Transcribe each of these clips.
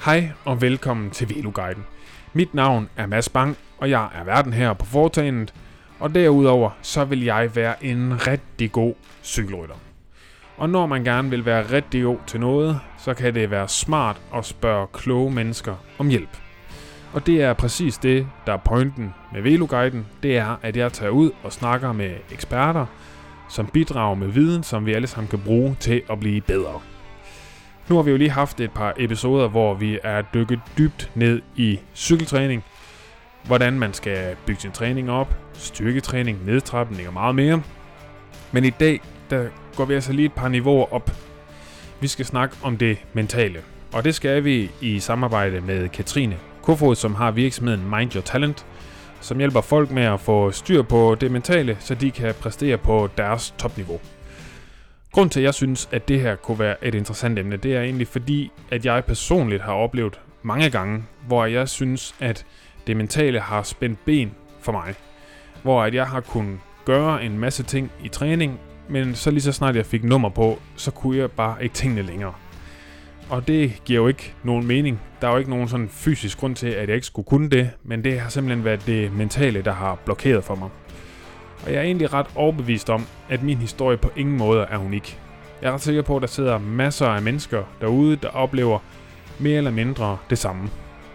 Hej og velkommen til Veloguiden. Mit navn er Mads Bang, og jeg er værten her på foretagendet, og derudover så vil jeg være en rigtig god cykelrytter. Og når man gerne vil være rigtig god til noget, så kan det være smart at spørge kloge mennesker om hjælp. Og det er præcis det, der er pointen med Veloguiden. Det er, at jeg tager ud og snakker med eksperter, som bidrager med viden, som vi alle sammen kan bruge til at blive bedre. Nu har vi jo lige haft et par episoder, hvor vi er dykket dybt ned i cykeltræning. Hvordan man skal bygge sin træning op, styrketræning, nedtrapning og meget mere. Men i dag, der går vi altså lige et par niveauer op. Vi skal snakke om det mentale. Og det skal vi i samarbejde med Katrine Kofod, som har virksomheden Mind Your Talent, som hjælper folk med at få styr på det mentale, så de kan præstere på deres topniveau. Grunden til, at jeg synes, at det her kunne være et interessant emne, det er egentlig fordi, at jeg personligt har oplevet mange gange, hvor jeg synes, at det mentale har spændt ben for mig. Hvor at jeg har kunnet gøre en masse ting i træning, men så lige så snart jeg fik nummer på, så kunne jeg bare ikke tingene længere. Og det giver jo ikke nogen mening. Der er jo ikke nogen sådan fysisk grund til, at jeg ikke skulle kunne det, men det har simpelthen været det mentale, der har blokeret for mig. Og jeg er egentlig ret overbevist om, at min historie på ingen måde er unik. Jeg er ret sikker på, at der sidder masser af mennesker derude, der oplever mere eller mindre det samme.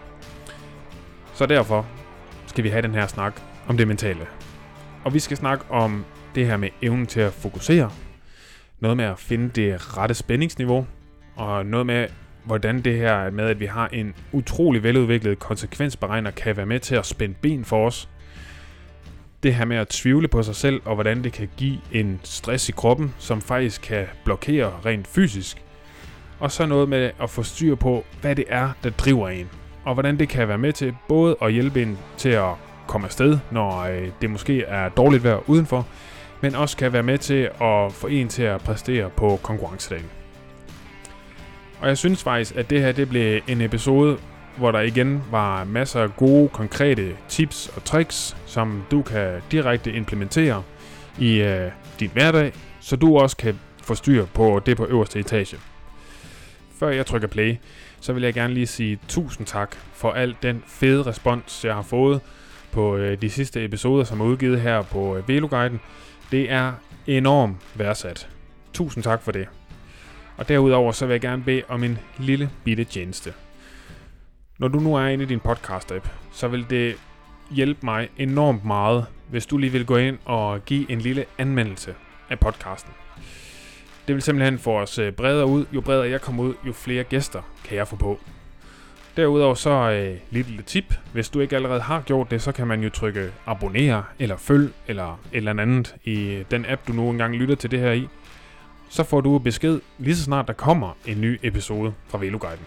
Så derfor skal vi have den her snak om det mentale. Og vi skal snakke om det her med evnen til at fokusere. Noget med at finde det rette spændingsniveau. Og noget med, hvordan det her med, at vi har en utrolig veludviklet konsekvensberegner, kan være med til at spænde ben for os. Det her med at tvivle på sig selv, og hvordan det kan give en stress i kroppen, som faktisk kan blokere rent fysisk. Og så noget med at få styr på, hvad det er, der driver en. Og hvordan det kan være med til både at hjælpe en til at komme afsted, når det måske er dårligt vejr udenfor, men også kan være med til at få en til at præstere på konkurrencedagen. Og jeg synes faktisk, at det her det blev en episode, hvor der igen var masser af gode, konkrete tips og tricks, som du kan direkte implementere i din hverdag, så du også kan få styr på det på øverste etage. Før jeg trykker play, så vil jeg gerne lige sige tusind tak for al den fede respons, jeg har fået på de sidste episoder, som er udgivet her på Veloguiden. Det er enormt værdsat. Tusind tak for det. Og derudover så vil jeg gerne bede om en lille bitte tjeneste. Når du nu er inde i din podcast-app, så vil det hjælpe mig enormt meget, hvis du lige vil gå ind og give en lille anmeldelse af podcasten. Det vil simpelthen få os bredere ud. Jo bredere jeg kommer ud, jo flere gæster kan jeg få på. Derudover så lille tip. Hvis du ikke allerede har gjort det, så kan man jo trykke abonnere eller følg eller et eller andet i den app, du nu engang lytter til det her i. Så får du besked lige så snart der kommer en ny episode fra Veloguiden.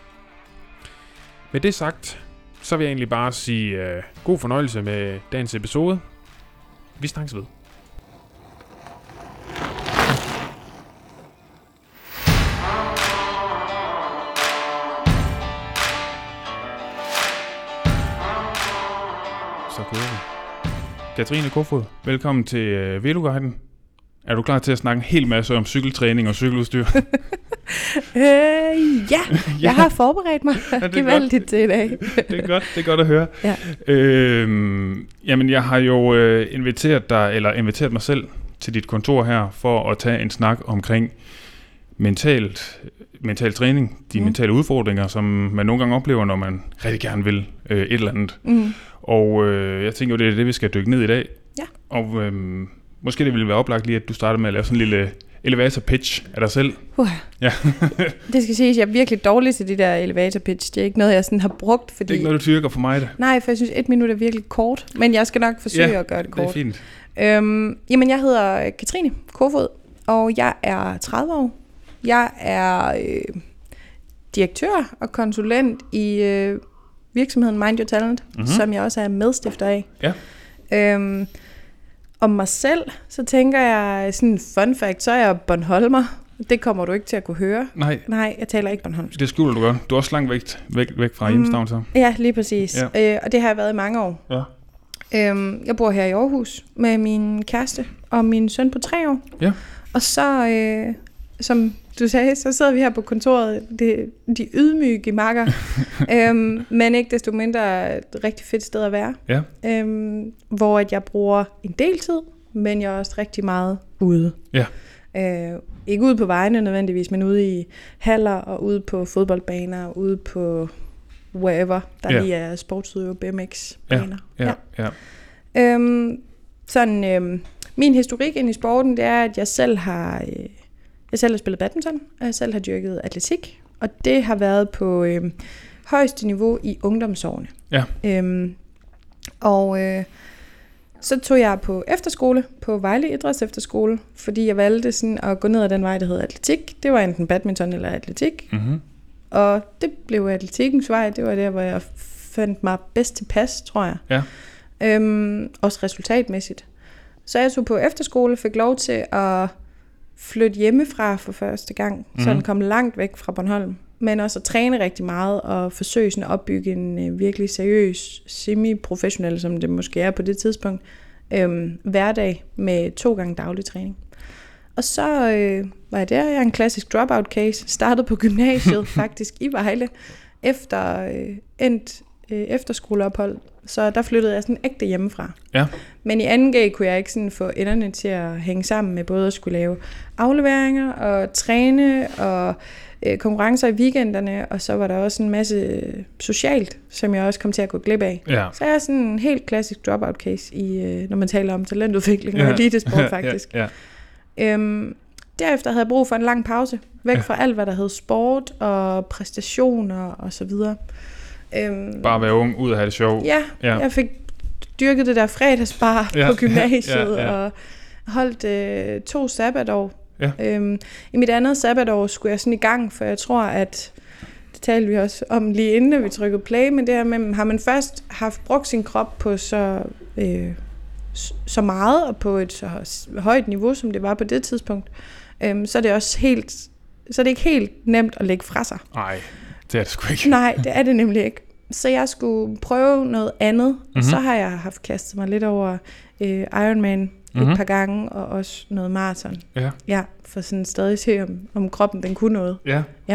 Med det sagt, så vil jeg egentlig bare sige god fornøjelse med dagens episode. Vi snakkes ved. Så kører vi. Katrine Kofod, velkommen til Veloguiden. Er du klar til at snakke en hel masse om cykeltræning og cykeludstyr? Ja, jeg har forberedt mig gevaldigt til i dag. Det er godt at høre. Ja. Jamen, jeg har jo inviteret mig selv til dit kontor her, for at tage en snak omkring mental træning, de mentale udfordringer, som man nogle gange oplever, når man rigtig gerne vil et eller andet. Og jeg tænker jo, det er det, vi skal dykke ned i dag. Ja. Og måske det ville være oplagt lige, at du starter med at lave sådan en lille elevator pitch af dig selv. Ja. Det skal siges, jeg er virkelig dårlig til de der elevator pitch. Det er ikke noget, jeg sådan har brugt. Fordi... Det er ikke noget, du tyrker for mig, det. Nej, for jeg synes, 1 minut er virkelig kort. Men jeg skal nok forsøge at gøre det kort. Det er fint. Jamen, jeg hedder Katrine Kofod, og jeg er 30 år. Jeg er direktør og konsulent i virksomheden Mind Your Talent, som jeg også er medstifter af. Ja. Om mig selv, så tænker jeg, sådan en fun fact, så er jeg Bornholmer. Det kommer du ikke til at kunne høre. Nej, jeg taler ikke bornholmsk. Det skjuler du godt. Du er også langt væk fra hjemstavn, så. Ja, lige præcis. Ja. Og det har jeg været i mange år. Ja. Jeg bor her i Aarhus med min kæreste og min søn på 3 år. Ja. Og så, som du sagde, så sidder vi her på kontoret, de ydmyge gemakker, men ikke desto mindre et rigtig fedt sted at være, hvor at jeg bruger en del tid, men jeg er også rigtig meget ude. Ja. Ikke ude på vejene nødvendigvis, men ude i haller og ude på fodboldbaner, og ude på wherever, der lige er sportsudøver, BMX-baner. Min historik ind i sporten, det er, at jeg selv har spillet badminton, og jeg selv har dyrket atletik, og det har været på højeste niveau i ungdomsårene. Ja. Så tog jeg på efterskole, på Vejle Idræts Efterskole, fordi jeg valgte sådan at gå ned ad den vej, der hedder atletik. Det var enten badminton eller atletik. Mm-hmm. Og det blev atletikens vej. Det var der, hvor jeg fandt mig bedst tilpas, tror jeg. Ja. Også resultatmæssigt. Så jeg tog på efterskole, fik lov til at flytte hjemmefra for første gang. Så den kom langt væk fra Bornholm. Men også at træne rigtig meget og forsøge sådan at opbygge en virkelig seriøs, semi-professionel, som det måske er på det tidspunkt, hverdag med 2 gange daglig træning. Og så var jeg der. Jeg er en klassisk dropout case. Startede på gymnasiet faktisk i Vejle efter endt efterskoleophold. Så der flyttede jeg sådan ægte hjemmefra. Ja. Men i 2G kunne jeg ikke sådan få enderne til at hænge sammen med både at skulle lave afleveringer og træne og konkurrencer i weekenderne, og så var der også en masse socialt, som jeg også kom til at gå glip af. Ja. Så jeg er sådan en helt klassisk dropout case, når man taler om talentudvikling og elitesport faktisk. Derefter havde jeg brug for en lang pause, væk fra alt, hvad der hed sport og præstationer og så videre. Bare være ung, ud og have det sjovt. Ja, jeg fik dyrket det der fredagsbar på gymnasiet og holdt 2 sabbatår. Ja. I mit andet sabbatår skulle jeg sådan i gang, for jeg tror, at det talte vi også om lige inden vi trykkede play, men det her med, har man først haft brugt sin krop på så meget og på et så højt niveau, som det var på det tidspunkt, så er det også så er det ikke helt nemt at lægge fra sig. Nej, det er det sgu ikke. Nej, det er det nemlig ikke. Så jeg skulle prøve noget andet, og så har jeg haft kastet mig lidt over Ironman et par gange, og også noget maraton. Ja, for sådan stadig se, om kroppen den kunne noget. Ja.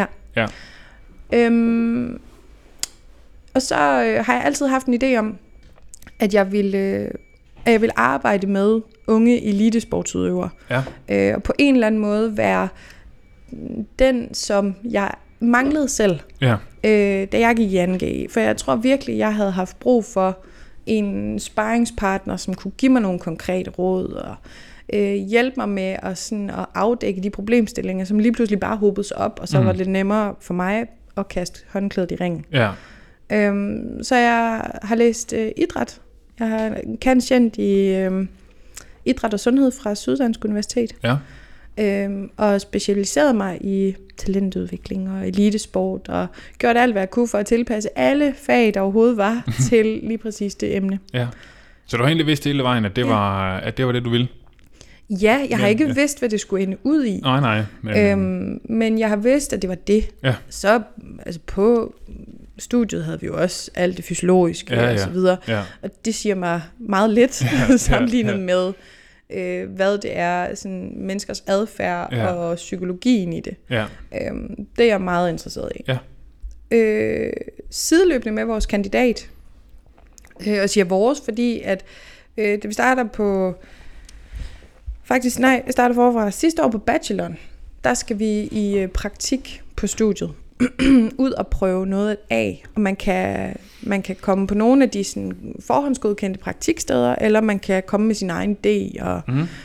Og så har jeg altid haft en idé om, at jeg ville arbejde med unge elitesportsudøvere. Ja. Og på en eller anden måde være den, som jeg manglede selv, da jeg gik i 2G. For jeg tror virkelig, jeg havde haft brug for en sparringspartner, som kunne give mig nogle konkrete råd og hjælpe mig med at afdække de problemstillinger, som lige pludselig bare hobede sig op, og så var det nemmere for mig at kaste håndklædet i ringen. Ja. Så jeg har læst idræt. Jeg har kandidat i idræt og sundhed fra Syddansk Universitet. Ja. Og specialiseret mig i talentudvikling og elitesport, og gjort alt, hvad jeg kunne for at tilpasse alle fag, der overhovedet var, til lige præcis det emne. Ja. Så du har egentlig vidst hele vejen, at det var det, du ville? Ja, jeg har ikke vidst, hvad det skulle ende ud i. Nej. Men jeg har vidst, at det var det. Ja. Så altså på studiet havde vi jo også alt det fysiologiske og så videre. Ja. Og det siger mig meget lidt sammenlignet med hvad det er, sådan menneskers adfærd og psykologien i det. Ja. Det er jeg meget interesseret i. Ja. Sideløbende med vores kandidat, og siger vores, fordi at det vi starter på jeg starter forfra sidste år på bacheloren, der skal vi i praktik på studiet ud og prøve noget af, og man kan komme på nogle af de sådan, forhåndsgodkendte praktiksteder, eller man kan komme med sin egen idé og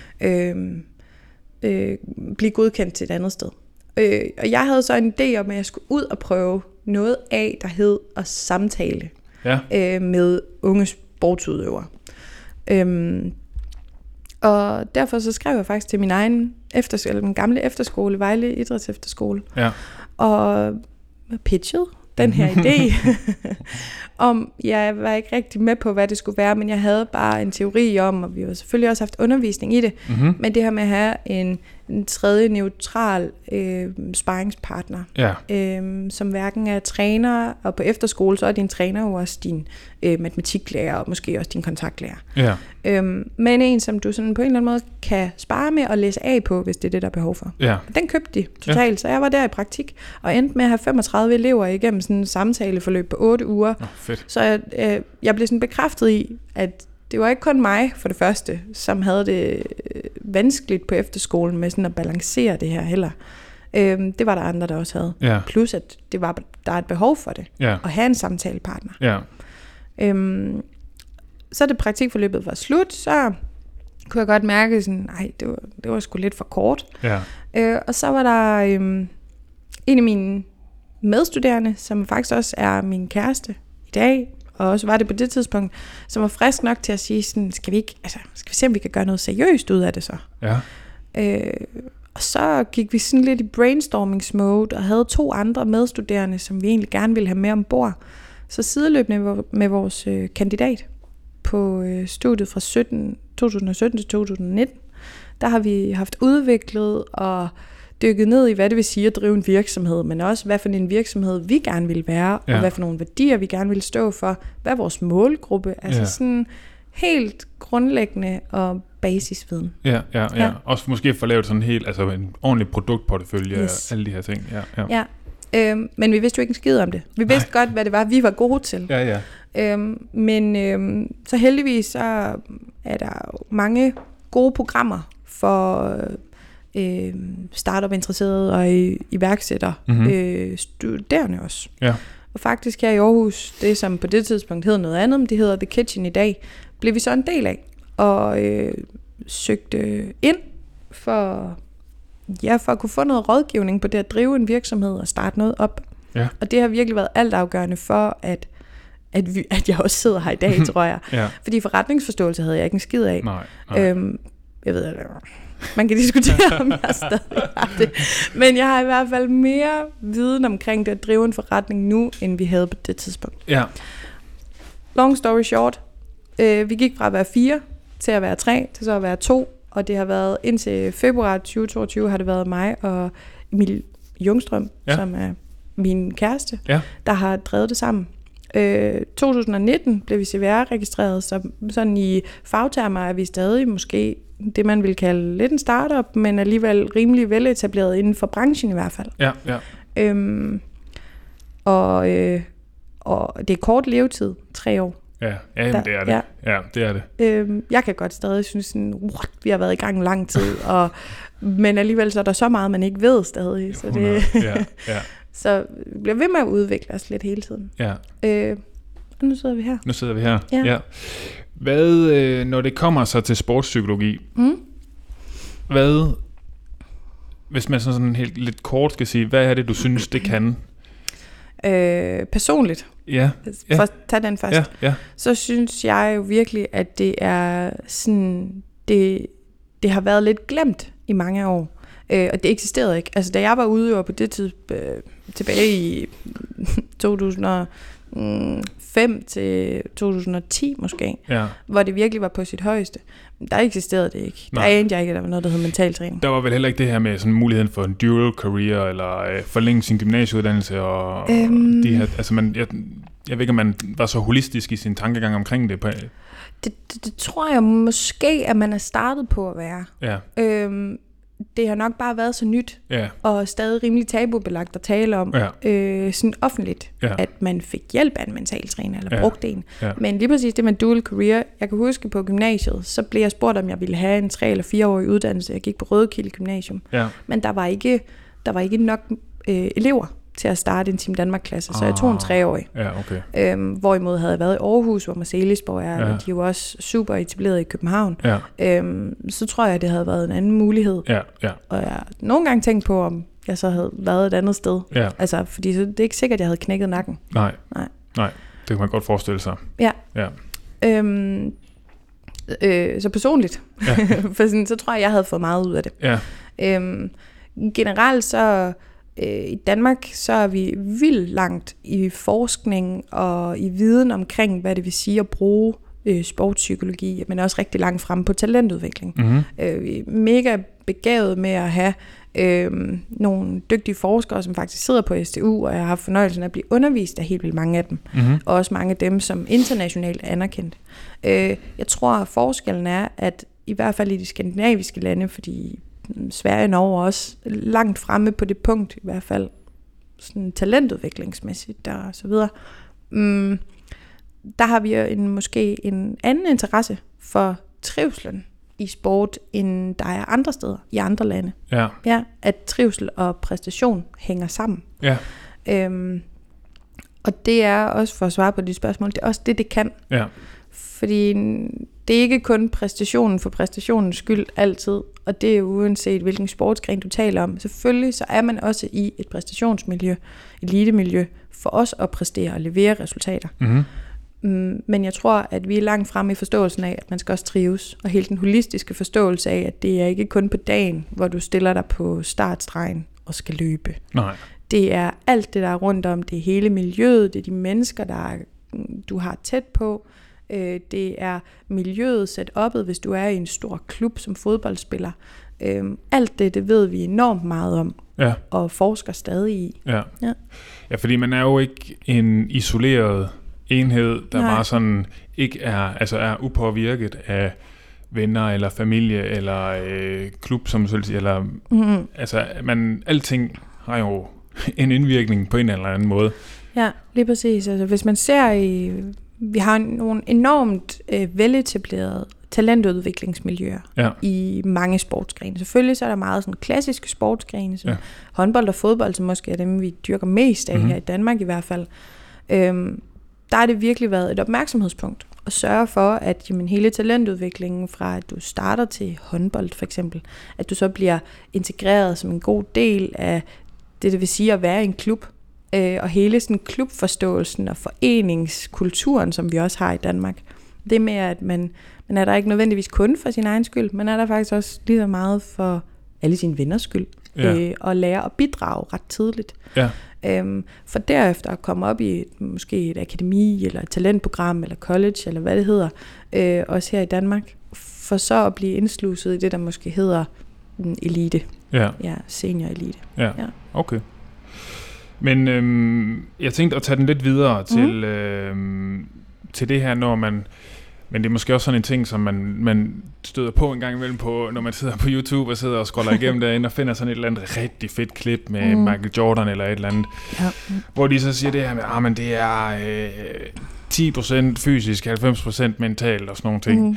blive godkendt til et andet sted. Og jeg havde så en idé om, at jeg skulle ud og prøve noget af, der hed at samtale med unge sportsudøvere. Og derfor så skrev jeg faktisk til min egen min gamle efterskole, Vejle Idræts Efterskole, og pitchede den her idé. Jeg var ikke rigtig med på, hvad det skulle være, men jeg havde bare en teori om, og vi har selvfølgelig også haft undervisning i det, men det her med at have en tredje neutral sparringspartner, som hverken er træner, og på efterskole, så er din træner jo også din matematiklærer, og måske også din kontaktlærer. Men en, som du sådan på en eller anden måde kan spare med og læse af på, hvis det er det, der er behov for. Den købte de totalt, så jeg var der i praktik, og endte med at have 35 elever igennem sådan en samtaleforløb på 8 uger. Fedt. Så jeg blev sådan bekræftet i, at det var ikke kun mig, for det første, som havde det vanskeligt på efterskolen med sådan at balancere det her heller. Det var der andre, der også havde. Plus, at der er et behov for det, at have en samtalepartner. Så det praktikforløbet var slut, så kunne jeg godt mærke, sådan, det var sgu lidt for kort. Og så var der en af mine medstuderende, som faktisk også er min kæreste i dag, og også var det på det tidspunkt, som var frisk nok til at sige sådan, skal vi se, om vi kan gøre noget seriøst ud af det så? Og så gik vi sådan lidt i brainstormingsmode, og havde 2 andre medstuderende, som vi egentlig gerne ville have med ombord. Så sideløbende med vores kandidat på studiet fra 2017 til 2019, der har vi haft udviklet og dykket ned i, hvad det vil sige at drive en virksomhed, men også hvad for en virksomhed vi gerne vil være, og hvad for nogle værdier vi gerne vil stå for, hvad er vores målgruppe, altså sådan helt grundlæggende og basisviden. Også måske få lavet sådan helt, altså en ordentlig produktportefølje af alle de her ting. Men vi vidste jo ikke en skid om det. Vi vidste godt, hvad det var, vi var gode til. Men så heldigvis så er der jo mange gode programmer for startup-interesserede og iværksætter studerende også. Og faktisk her i Aarhus, det som på det tidspunkt hed noget andet, men det hedder The Kitchen i dag, blev vi så en del af og søgte ind for at kunne få noget rådgivning på det at drive en virksomhed og starte noget op. Og det har virkelig været altafgørende for, at jeg også sidder her i dag, tror jeg. Fordi forretningsforståelse havde jeg ikke en skid af. Jeg ved, man kan diskutere, om jeg stadig har det. Men jeg har i hvert fald mere viden omkring det at drive en forretning nu, end vi havde på det tidspunkt. Long story short. Vi gik fra at være 4 til at være 3, til så at være 2. Og det har været indtil februar 2022, har det været mig og Emil Jungstrøm, som er min kæreste, der har drevet det sammen. 2019 blev vi CVR-registreret, så sådan i fagtermer er vi stadig måske det, man vil kalde lidt en startup, men alligevel rimelig veletableret inden for branchen i hvert fald. Og det er kort levetid, 3 år. Det er det. Det er det. Jeg kan godt stadig synes, sådan, vi har været i gang lang tid, men alligevel så er der så meget, man ikke ved stadig. Så, så vi bliver ved med at udvikle os lidt hele tiden. Og nu sidder vi her. Hvad, når det kommer så til sportspsykologi, hvis man sådan helt lidt kort skal sige, hvad er det, du synes, det kan? Personligt. Tag den først. Så synes jeg jo virkelig, at det er sådan, det har været lidt glemt i mange år. Og det eksisterede ikke. Altså da jeg var udøver på det tidspunkt, tilbage i 2005 til 2010 måske, hvor det virkelig var på sit højeste. Der eksisterede det ikke. Der anede jeg ikke, at der var noget, der hed mentaltræning. Der var vel heller ikke det her med sådan muligheden for en dual career, eller forlænge sin gymnasieuddannelse, og de her, altså jeg ved ikke, om man var så holistisk i sin tankegang omkring det. Det tror jeg måske, at man er startet på at være. Det har nok bare været så nyt, og stadig rimelig tabubelagt at tale om, sådan offentligt, at man fik hjælp af en mentaltræner, eller brugte en. Men lige præcis det med dual career, jeg kan huske på gymnasiet, så blev jeg spurgt, om jeg ville have en 3- eller 4-årig uddannelse. Jeg gik på Rødekilde Gymnasium, men der var ikke nok elever til at starte en Team Danmark-klasse, så jeg tog en 3-årig. Hvorimod havde jeg været i Aarhus, hvor Marselisborg er, og de er jo også super etableret i København. Så tror jeg, det havde været en anden mulighed. Og jeg har nogle gange tænkt på, om jeg så havde været et andet sted. Altså, fordi det er ikke sikkert, at jeg havde knækket nakken. Nej, det kan man godt forestille sig. Så personligt. For sådan, så tror jeg havde fået meget ud af det. Generelt så i Danmark, så er vi vildt langt i forskning og i viden omkring, hvad det vil sige at bruge sportspsykologi, men også rigtig langt fremme på talentudvikling. Vi er mega begavet med at have nogle dygtige forskere, som faktisk sidder på SDU, og jeg har haft fornøjelsen af at blive undervist af helt vildt mange af dem. Og også mange af dem, som internationalt er anerkendt. Jeg tror, at forskellen er, at i hvert fald i de skandinaviske lande, fordi Sverige og Norge er også langt fremme på det punkt, i hvert fald sådan talentudviklingsmæssigt og så videre, der har vi måske en anden interesse for trivslen i sport, end der er andre steder, i andre lande. Ja, at trivsel og præstation hænger sammen. Ja. Og det er også, for at svare på de spørgsmål, det er også det kan. Ja. Fordi det er ikke kun præstationen for præstationens skyld altid, og det er uanset hvilken sportsgren du taler om. Selvfølgelig så er man også i et præstationsmiljø, elitemiljø, for os at præstere og levere resultater. Men jeg tror, at vi er langt fremme i forståelsen af, at man skal også trives, og hele den holistiske forståelse af, at det er ikke kun på dagen, hvor du stiller dig på startstregen og skal løbe. Nej. Det er alt det, der er rundt om. Det er hele miljøet, det er de mennesker, du har tæt på. Det er miljøet, setup'et, hvis du er i en stor klub som fodboldspiller. Alt det ved vi enormt meget om, og forsker stadig i. Ja, fordi man er jo ikke en isoleret enhed, der bare sådan ikke er upåvirket af venner eller familie eller klub, som du siger, eller alting har jo en indvirkning på en eller anden måde. Ja, lige præcis. Altså, hvis man ser vi har nogle enormt veletablerede talentudviklingsmiljøer i mange sportsgrene. Selvfølgelig så er der meget sådan klassiske sportsgrene, som håndbold og fodbold, som måske er dem, vi dyrker mest af her i Danmark i hvert fald. Der har det virkelig været et opmærksomhedspunkt at sørge for, at hele talentudviklingen fra, at du starter til håndbold for eksempel, at du så bliver integreret som en god del af det vil sige at være i en klub, og hele sådan klubforståelsen og foreningskulturen, som vi også har i Danmark. Det med, at man er der ikke nødvendigvis kun for sin egen skyld, men er der faktisk også lige så meget for alle sine venners skyld, og lære at bidrage ret tidligt. Ja. For derefter at komme op i måske et akademi, eller et talentprogram, eller college, eller hvad det hedder, også her i Danmark, for så at blive indsluset i det, der måske hedder elite. Ja, senior elite. Ja, okay. Men jeg tænkte at tage den lidt videre til det her, når man... Men det er måske også sådan en ting, som man støder på en gang imellem på, når man sidder på YouTube og sidder og scroller igennem derinde og finder sådan et eller andet rigtig fedt klip med Michael Jordan eller et eller andet. Ja. Hvor de så siger det her med, men det er 10% fysisk, 90% mentalt og sådan nogle ting.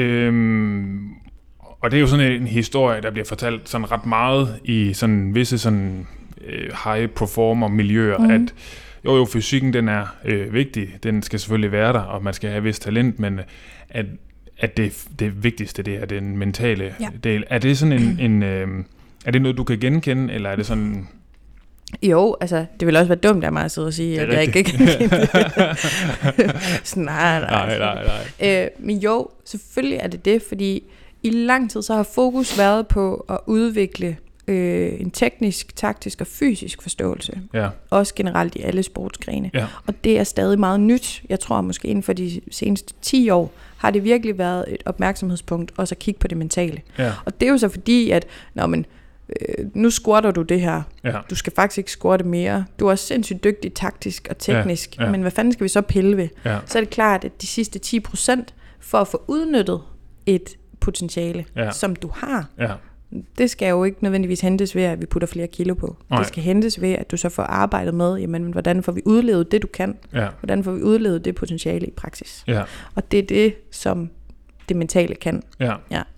Og det er jo sådan en historie, der bliver fortalt sådan ret meget i sådan visse sådan high performer miljøer, at jo, fysikken den er vigtig, den skal selvfølgelig være der, og man skal have vist talent, men at det vigtigste, det er den mentale del. Er det sådan en er det noget, du kan genkende, eller er det sådan... Jo, altså, det vil også være dumt af mig at sidde og sige, at jeg ikke kan genkende det. Nej. Men jo, selvfølgelig er det, fordi i lang tid så har fokus været på at udvikle en teknisk, taktisk og fysisk forståelse. Ja. Også generelt i alle sportsgrene. Ja. Og det er stadig meget nyt. Jeg tror måske inden for de seneste 10 år har det virkelig været et opmærksomhedspunkt også at kigge på det mentale. Ja. Og det er jo så fordi, at nu squatter du det her. Ja. Du skal faktisk ikke squatte mere. Du er også sindssygt dygtig taktisk og teknisk. Ja. Men hvad fanden skal vi så pille ved? Ja. Så er det klart, at de sidste 10% for at få udnyttet et potentiale, som du har, det skal jo ikke nødvendigvis hentes ved, at vi putter flere kilo på. Nej. Det skal hentes ved, at du så får arbejdet med, jamen, hvordan får vi udlevet det, du kan? Ja. Hvordan får vi udlevet det potentiale i praksis? Ja. Og det er det, som det mentale kan. Ja.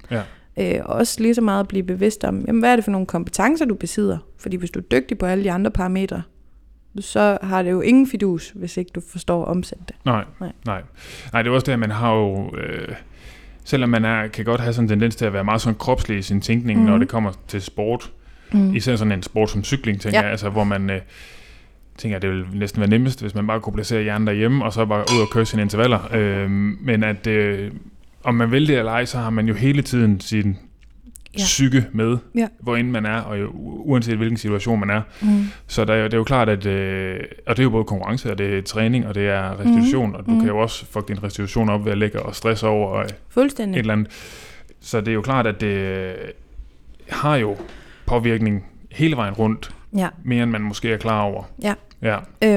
Også lige så meget at blive bevidst om, jamen, hvad er det for nogle kompetencer, du besidder? Fordi hvis du er dygtig på alle de andre parametre, så har det jo ingen fidus, hvis ikke du forstår at omsætte det. Nej, det er også det, at man har jo... Selvom man kan godt have sådan en tendens til at være meget sådan kropslig i sin tænkning, når det kommer til sport. Især sådan en sport som cykling, tænker jeg, altså, hvor man tænker, at det vil næsten være nemmest, hvis man bare kunne placere hjernen derhjemme, og så bare ud og køre sine intervaller. Men at om man vil det eller ej, så har man jo hele tiden sin psyke med, Ja. hvor end man er, og jo, uanset hvilken situation man er. Så det er jo klart, at og det er jo både konkurrence, og det er træning, og det er restitution, og du kan jo også fuck din restitution op ved at lægge og stresse over Fuldstændig. et eller andet. Så det er jo klart, at det har jo påvirkning hele vejen rundt, mere end man måske er klar over. Ja.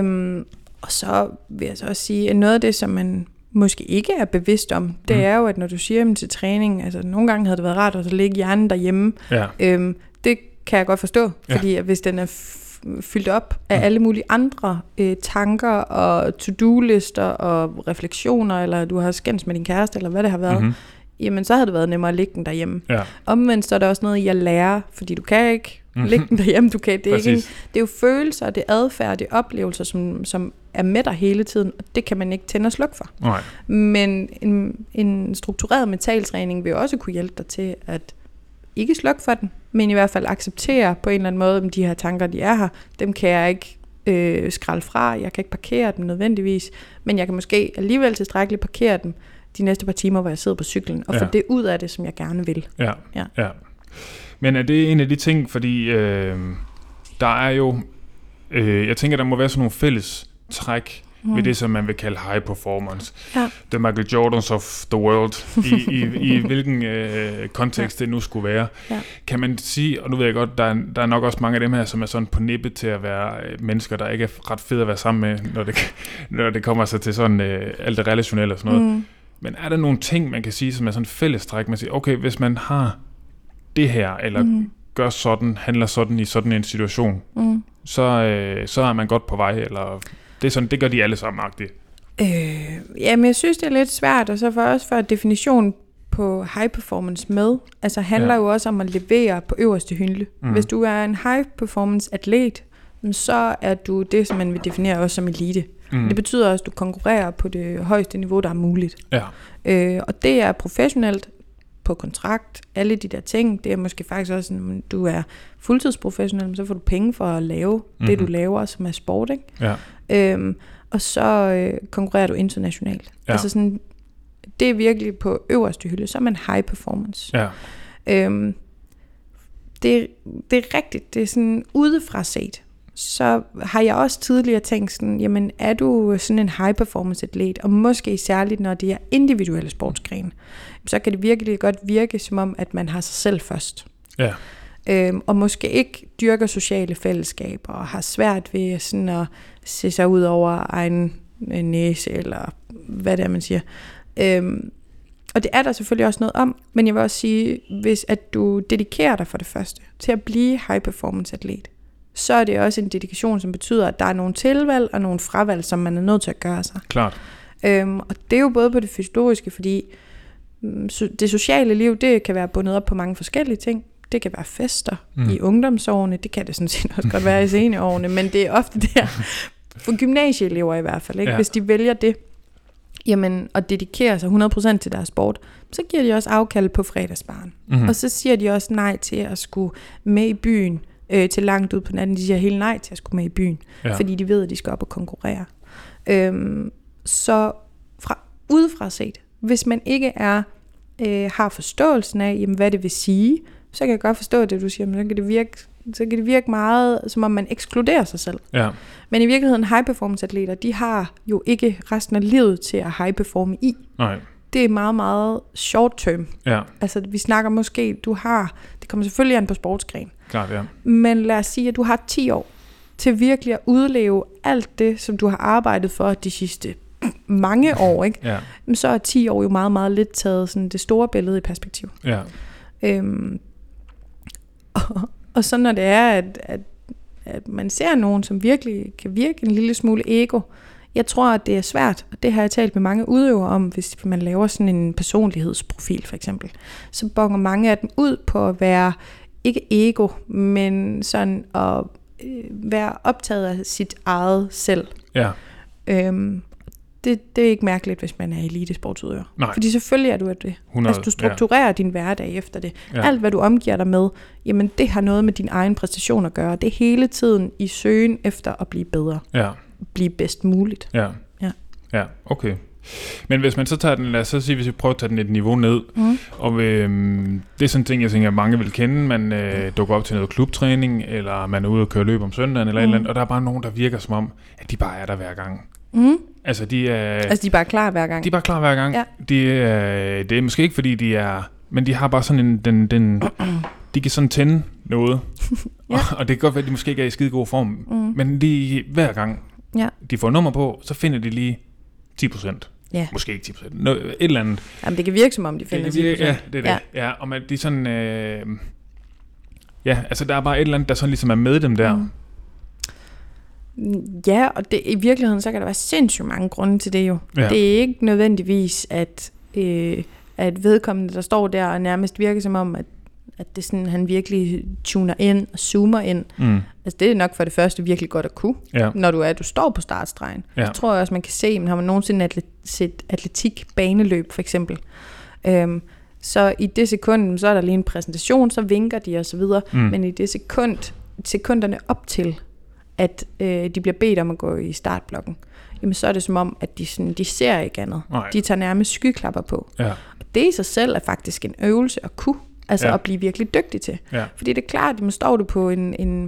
Og så vil jeg så også sige, at noget af det, som man måske ikke er bevidst om, det er jo, at når du siger dem til træning, altså nogle gange havde det været rart at ligge hjernen derhjemme. Ja. Det kan jeg godt forstå, fordi at hvis den er fyldt op af alle mulige andre tanker og to-do-lister og refleksioner, eller du har skændt med din kæreste, eller hvad det har været, jamen så havde det været nemmere at lægge den derhjemme. Ja. Omvendt så er der også noget i at lære, fordi du kan ikke lægge den derhjemme, det er jo følelser, det er adfærd, det er oplevelser, som er med dig hele tiden, og det kan man ikke tænde og slukke for. Nej. Men en struktureret mentaltræning vil jo også kunne hjælpe dig til at ikke slukke for den, men i hvert fald acceptere på en eller anden måde, om de her tanker, de er her, dem kan jeg ikke skralde fra, jeg kan ikke parkere dem nødvendigvis, men jeg kan måske alligevel tilstrækkeligt parkere dem de næste par timer, hvor jeg sidder på cyklen, og få det ud af det, som jeg gerne vil. Ja. Men er det en af de ting, fordi der er jo, jeg tænker, der må være sådan nogle fælles træk ved det, som man vil kalde high performance. Ja. The Michael Jordans of the world, i hvilken kontekst det nu skulle være. Ja. Kan man sige, og nu ved jeg godt, der er nok også mange af dem her, som er sådan på nippet til at være mennesker, der ikke er ret fede at være sammen med, når det kommer sig til sådan alt det relationelle og sådan noget. Men er der nogle ting, man kan sige, som er sådan fælles træk, man siger, okay, hvis man har det her, eller gør sådan, handler sådan i sådan en situation, så er man godt på vej, eller det er sådan, det gør de alle sammen-agtigt. Jamen, jeg synes, det er lidt svært, og så for definitionen på high performance med, altså handler jo også om at levere på øverste hylde. Hvis du er en high performance atlet, så er du det, som man vil definere også som elite. Det betyder også, at du konkurrerer på det højeste niveau, der er muligt. Ja. Og det er professionelt, på kontrakt, alle de der ting, det er måske faktisk også sådan, du er fuldtidsprofessionel, så får du penge for at lave det, du laver, som er sport, ikke? Ja. Og så konkurrerer du internationalt. Ja. Altså sådan, det er virkelig på øverste hylde, så er man high performance. Ja. Det er rigtigt, det er sådan udefra set. Så har jeg også tidligere tænkt sådan, jamen er du sådan en high performance atlet, og måske særligt når det er individuelle sportsgrene, så kan det virkelig godt virke som om, at man har sig selv først. Ja. Og måske ikke dyrker sociale fællesskaber, og har svært ved sådan at se sig ud over egen næse, eller hvad det er, man siger. Og det er der selvfølgelig også noget om, men jeg vil også sige, hvis at du dedikerer dig for det første til at blive high performance atlet, så er det også en dedikation, som betyder, at der er nogle tilvalg og nogle fravalg, som man er nødt til at gøre sig. Klart. Og det er jo både på det fysiologiske, fordi det sociale liv, det kan være bundet op på mange forskellige ting. Det kan være fester i ungdomsårene, det kan det sådan set også godt være i seniorårene, men det er ofte der, for gymnasieelever i hvert fald, ikke? Ja. Hvis de vælger det, jamen, og dedikerer sig 100% til deres sport, så giver de også afkald på fredagsbaren. Og så siger de også nej til at skulle med i byen, til langt ud på natten. De siger helt nej til at skulle med i byen, fordi de ved, at de skal op og konkurrere. Så udefra set, hvis man ikke har forståelsen af, jamen, hvad det vil sige, så kan jeg godt forstå det, du siger, men så kan det virke meget, som om man ekskluderer sig selv. Ja. Men i virkeligheden, high performance atleter, de har jo ikke resten af livet til at high performe i. Nej. Det er meget, meget short term. Ja. Altså, vi snakker måske, det kommer selvfølgelig an på sportsgren. Klart, ja. Men lad os sige, at du har 10 år til virkelig at udleve alt det, som du har arbejdet for de sidste mange år, ikke? Ja. Men så er 10 år jo meget, meget lidt taget sådan det store billede i perspektiv. Ja. Og så når det er, at man ser nogen, som virkelig kan virke en lille smule ego, jeg tror, at det er svært, og det har jeg talt med mange udøvere om, hvis man laver sådan en personlighedsprofil for eksempel, så bonger mange af dem ud på at være, ikke ego, men sådan at være optaget af sit eget selv. Ja. Det er ikke mærkeligt, hvis man er elitesportsudøver. Nej. Fordi selvfølgelig er du af det. 100, altså du strukturerer din hverdag efter det. Ja. Alt hvad du omgiver dig med, jamen det har noget med din egen præstation at gøre. Det er hele tiden i søgen efter at blive bedre. Ja. Blive bedst muligt. Ja, ja, okay. Men hvis man så tager den, lad os så sige, hvis vi prøver at tage den et niveau ned, og det er sådan en ting, jeg tænker, at mange vil kende. Man dukker op til noget klubtræning, eller man er ude og køre løb om søndagen, eller et eller andet, og der er bare nogen, der virker som om, at de bare er der hver gang. Altså, de er bare klar hver gang. De er bare klar hver gang. Ja. Det er måske ikke, fordi de er... Men de har bare sådan de kan sådan tænde noget. Ja. Og det kan godt være, at de måske ikke er i skide god form. Men hver gang de får nummer på, så finder de lige 10%. Ja. Måske ikke 10%. Et eller andet. Jamen, det kan virke som om, de finder 10%. Ja, det er det. Ja, og man, de er sådan... altså der er bare et eller andet, der sådan ligesom er med dem der. Ja, og det, i virkeligheden, så kan der være sindssygt mange grunde til det jo. Ja. Det er ikke nødvendigvis, at vedkommende, der står der og nærmest virker som om, at det sådan, han virkelig tuner ind og zoomer ind. Altså det er nok for det første virkelig godt at kunne, når du står på startstregen. Så tror jeg også, man kan se, men har man nogensinde set atletik baneløb for eksempel. Så i det sekund, så er der lige en præsentation, så vinker de og så videre, men i det sekunderne op til, at de bliver bedt om at gå i startblokken, jamen så er det som om, at de ser ikke andet. Nej. De tager nærmest skyklapper på. Ja. Og det i sig selv er faktisk en øvelse at kunne, altså at blive virkelig dygtig til. Ja. Fordi det er klart, at står du på en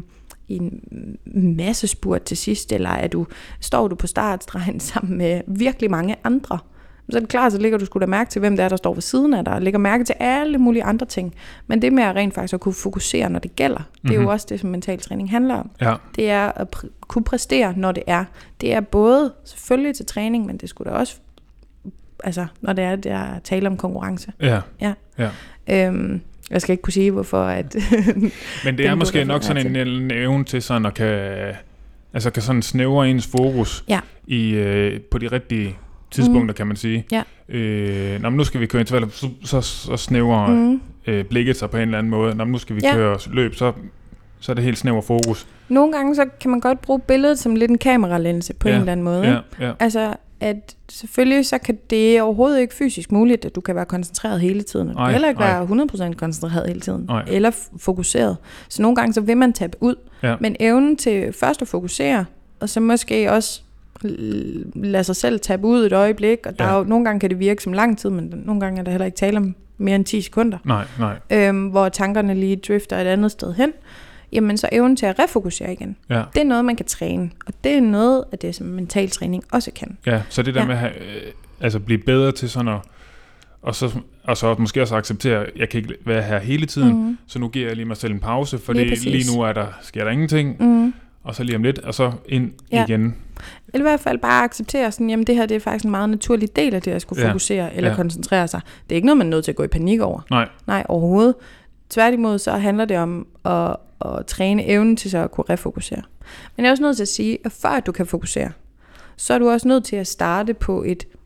masse spurt til sidst, eller står du på startstregen sammen med virkelig mange andre, så er det klart, så lægger du sgu da mærke til, hvem det er, der står ved siden af dig, og lægger mærke til alle mulige andre ting. Men det med at rent faktisk at kunne fokusere, når det gælder, det er jo også det, som mental træning handler om. Ja. Det er at kunne præstere, når det er. Det er både selvfølgelig til træning, men det skulle da også, altså, når det er tale om konkurrence. Ja. Jeg skal ikke kunne sige, hvorfor at... Men det er måske nok sådan en evne til sådan at kan sådan snævre ens fokus på de rigtige tidspunkter, kan man sige. Ja. Men nu skal vi køre intervaller, så snæver blikket sig på en eller anden måde. Nu skal vi køre løb, så er det helt snæver fokus. Nogle gange så kan man godt bruge billedet som lidt en kameralinse på en eller anden måde. Ja. Altså, at selvfølgelig så kan det overhovedet ikke fysisk muligt, at du kan være koncentreret hele tiden. Du kan heller ikke være 100% koncentreret hele tiden. Eller fokuseret. Så nogle gange så vil man tabe ud. Ja. Men evnen til først at fokusere, og så måske også lade sig selv tabe ud et øjeblik, og der er jo, nogle gange kan det virke som lang tid, men nogle gange er der heller ikke tale om mere end 10 sekunder. Nej. Hvor tankerne lige drifter et andet sted hen. Jamen så evnen til at refokusere igen. Ja. Det er noget, man kan træne, og det er noget af det, som mental træning også kan. Ja, så det der med at blive bedre til sådan at, og så måske også acceptere, at jeg kan ikke være her hele tiden, så nu giver jeg lige mig selv en pause, fordi lige nu sker der ingenting, og så lige om lidt, og så ind igen. Eller i hvert fald bare acceptere sådan, jamen det her, det er faktisk en meget naturlig del af det, at skulle fokusere eller koncentrere sig. Det er ikke noget, man er nødt til at gå i panik over. Nej, overhovedet. Tværtimod så handler det om at træne evnen til så at kunne refokusere. Men jeg er også nødt til at sige, at før du kan fokusere, så er du også nødt til at starte på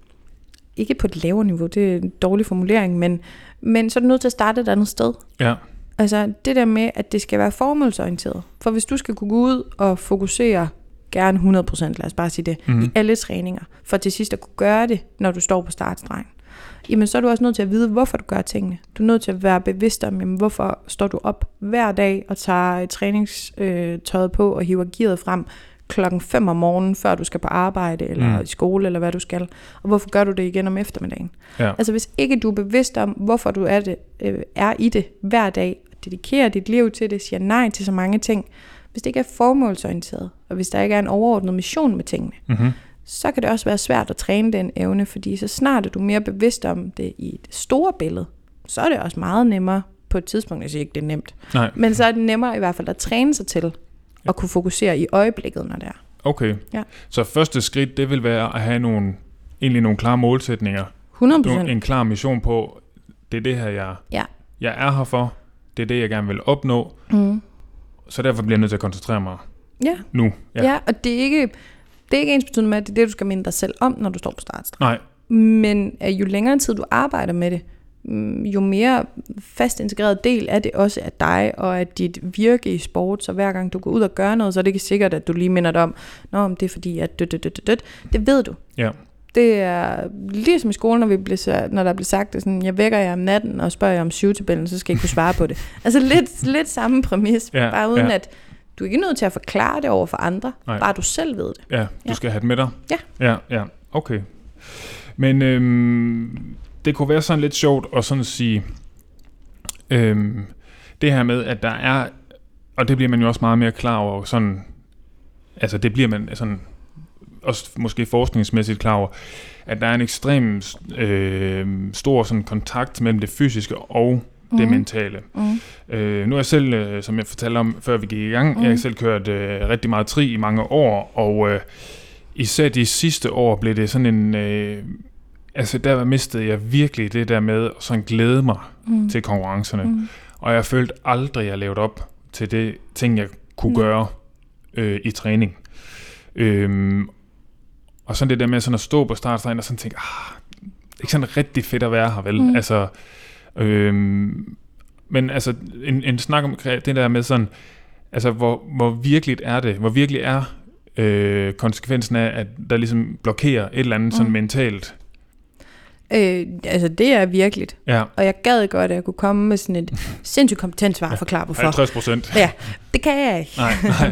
ikke på et lavere niveau, det er en dårlig formulering, men så er du nødt til at starte et andet sted. Ja. Altså det der med, at det skal være formålsorienteret. For hvis du skal kunne gå ud og fokusere gerne 100%, lad os bare sige det, i alle træninger, for til sidst at kunne gøre det, når du står på startstregen, jamen så er du også nødt til at vide, hvorfor du gør tingene. Du er nødt til at være bevidst om, jamen, hvorfor står du op hver dag og tager træningstøjet på og hiver gearet frem 5:00 om morgenen, før du skal på arbejde eller i skole, eller hvad du skal. Og hvorfor gør du det igen om eftermiddagen? Ja. Altså hvis ikke du er bevidst om, hvorfor du er i det hver dag, dedikerer dit liv til det, siger nej til så mange ting, hvis det ikke er formålsorienteret, og hvis der ikke er en overordnet mission med tingene, så kan det også være svært at træne den evne, fordi så snart er du mere bevidst om det i det store billede, så er det også meget nemmere på et tidspunkt, jeg siger ikke, det er nemt, men så er det nemmere i hvert fald at træne sig til at kunne fokusere i øjeblikket, når det er. Okay, så første skridt, det vil være at have nogle klare målsætninger. 100%. En klar mission på, det er det her, jeg er her for, det er det, jeg gerne vil opnå, så derfor bliver jeg nødt til at koncentrere mig nu. Ja, og det er ikke ensbetydende med, at det er det, du skal minde dig selv om, når du står på startstregen. Nej. Men jo længere tid du arbejder med det, jo mere fast integreret del er det også af dig og af dit virke i sport, så hver gang du går ud og gør noget, så er det ikke sikkert, at du lige minder dig om, det er fordi, at det ved du. Ja. Det er ligesom i skolen, når der bliver sagt, at sådan, jeg vækker jer om natten og spørger jer om 7-tabellen, så skal I kunne svare på det. Altså lidt samme præmis, bare uden at du er ikke nødt til at forklare det over for andre, bare du selv ved det. Ja, du skal have det med dig. Ja. Ja, okay. Men det kunne være sådan lidt sjovt at sådan sige, det her med, at der er, og det bliver man jo også meget mere klar over, sådan, altså det bliver man sådan, også måske forskningsmæssigt klar over, at der er en ekstrem stor sådan kontakt mellem det fysiske og det mentale. Nu er jeg selv, som jeg fortalte om, før vi gik i gang, jeg har selv kørt rigtig meget tri i mange år, og især de sidste år blev det sådan en, altså der mistede jeg virkelig det der med at sådan glæde mig til konkurrencerne, og jeg følte aldrig, at jeg lavede op til det ting, jeg kunne gøre i træning. Og sådan det der med sådan at stå på startstregen og sådan tænke, det er ikke sådan rigtig fedt at være her, vel? Altså, men altså en snak om det der med sådan, altså hvor virkeligt er det? Hvor virkelig er konsekvensen af, at der ligesom blokerer et eller andet sådan mentalt? Altså det er virkeligt. Ja. Og jeg gad godt, at jeg kunne komme med sådan et sindssygt kompetent svar og forklare hvorfor. 50%. Ja, det kan jeg ikke.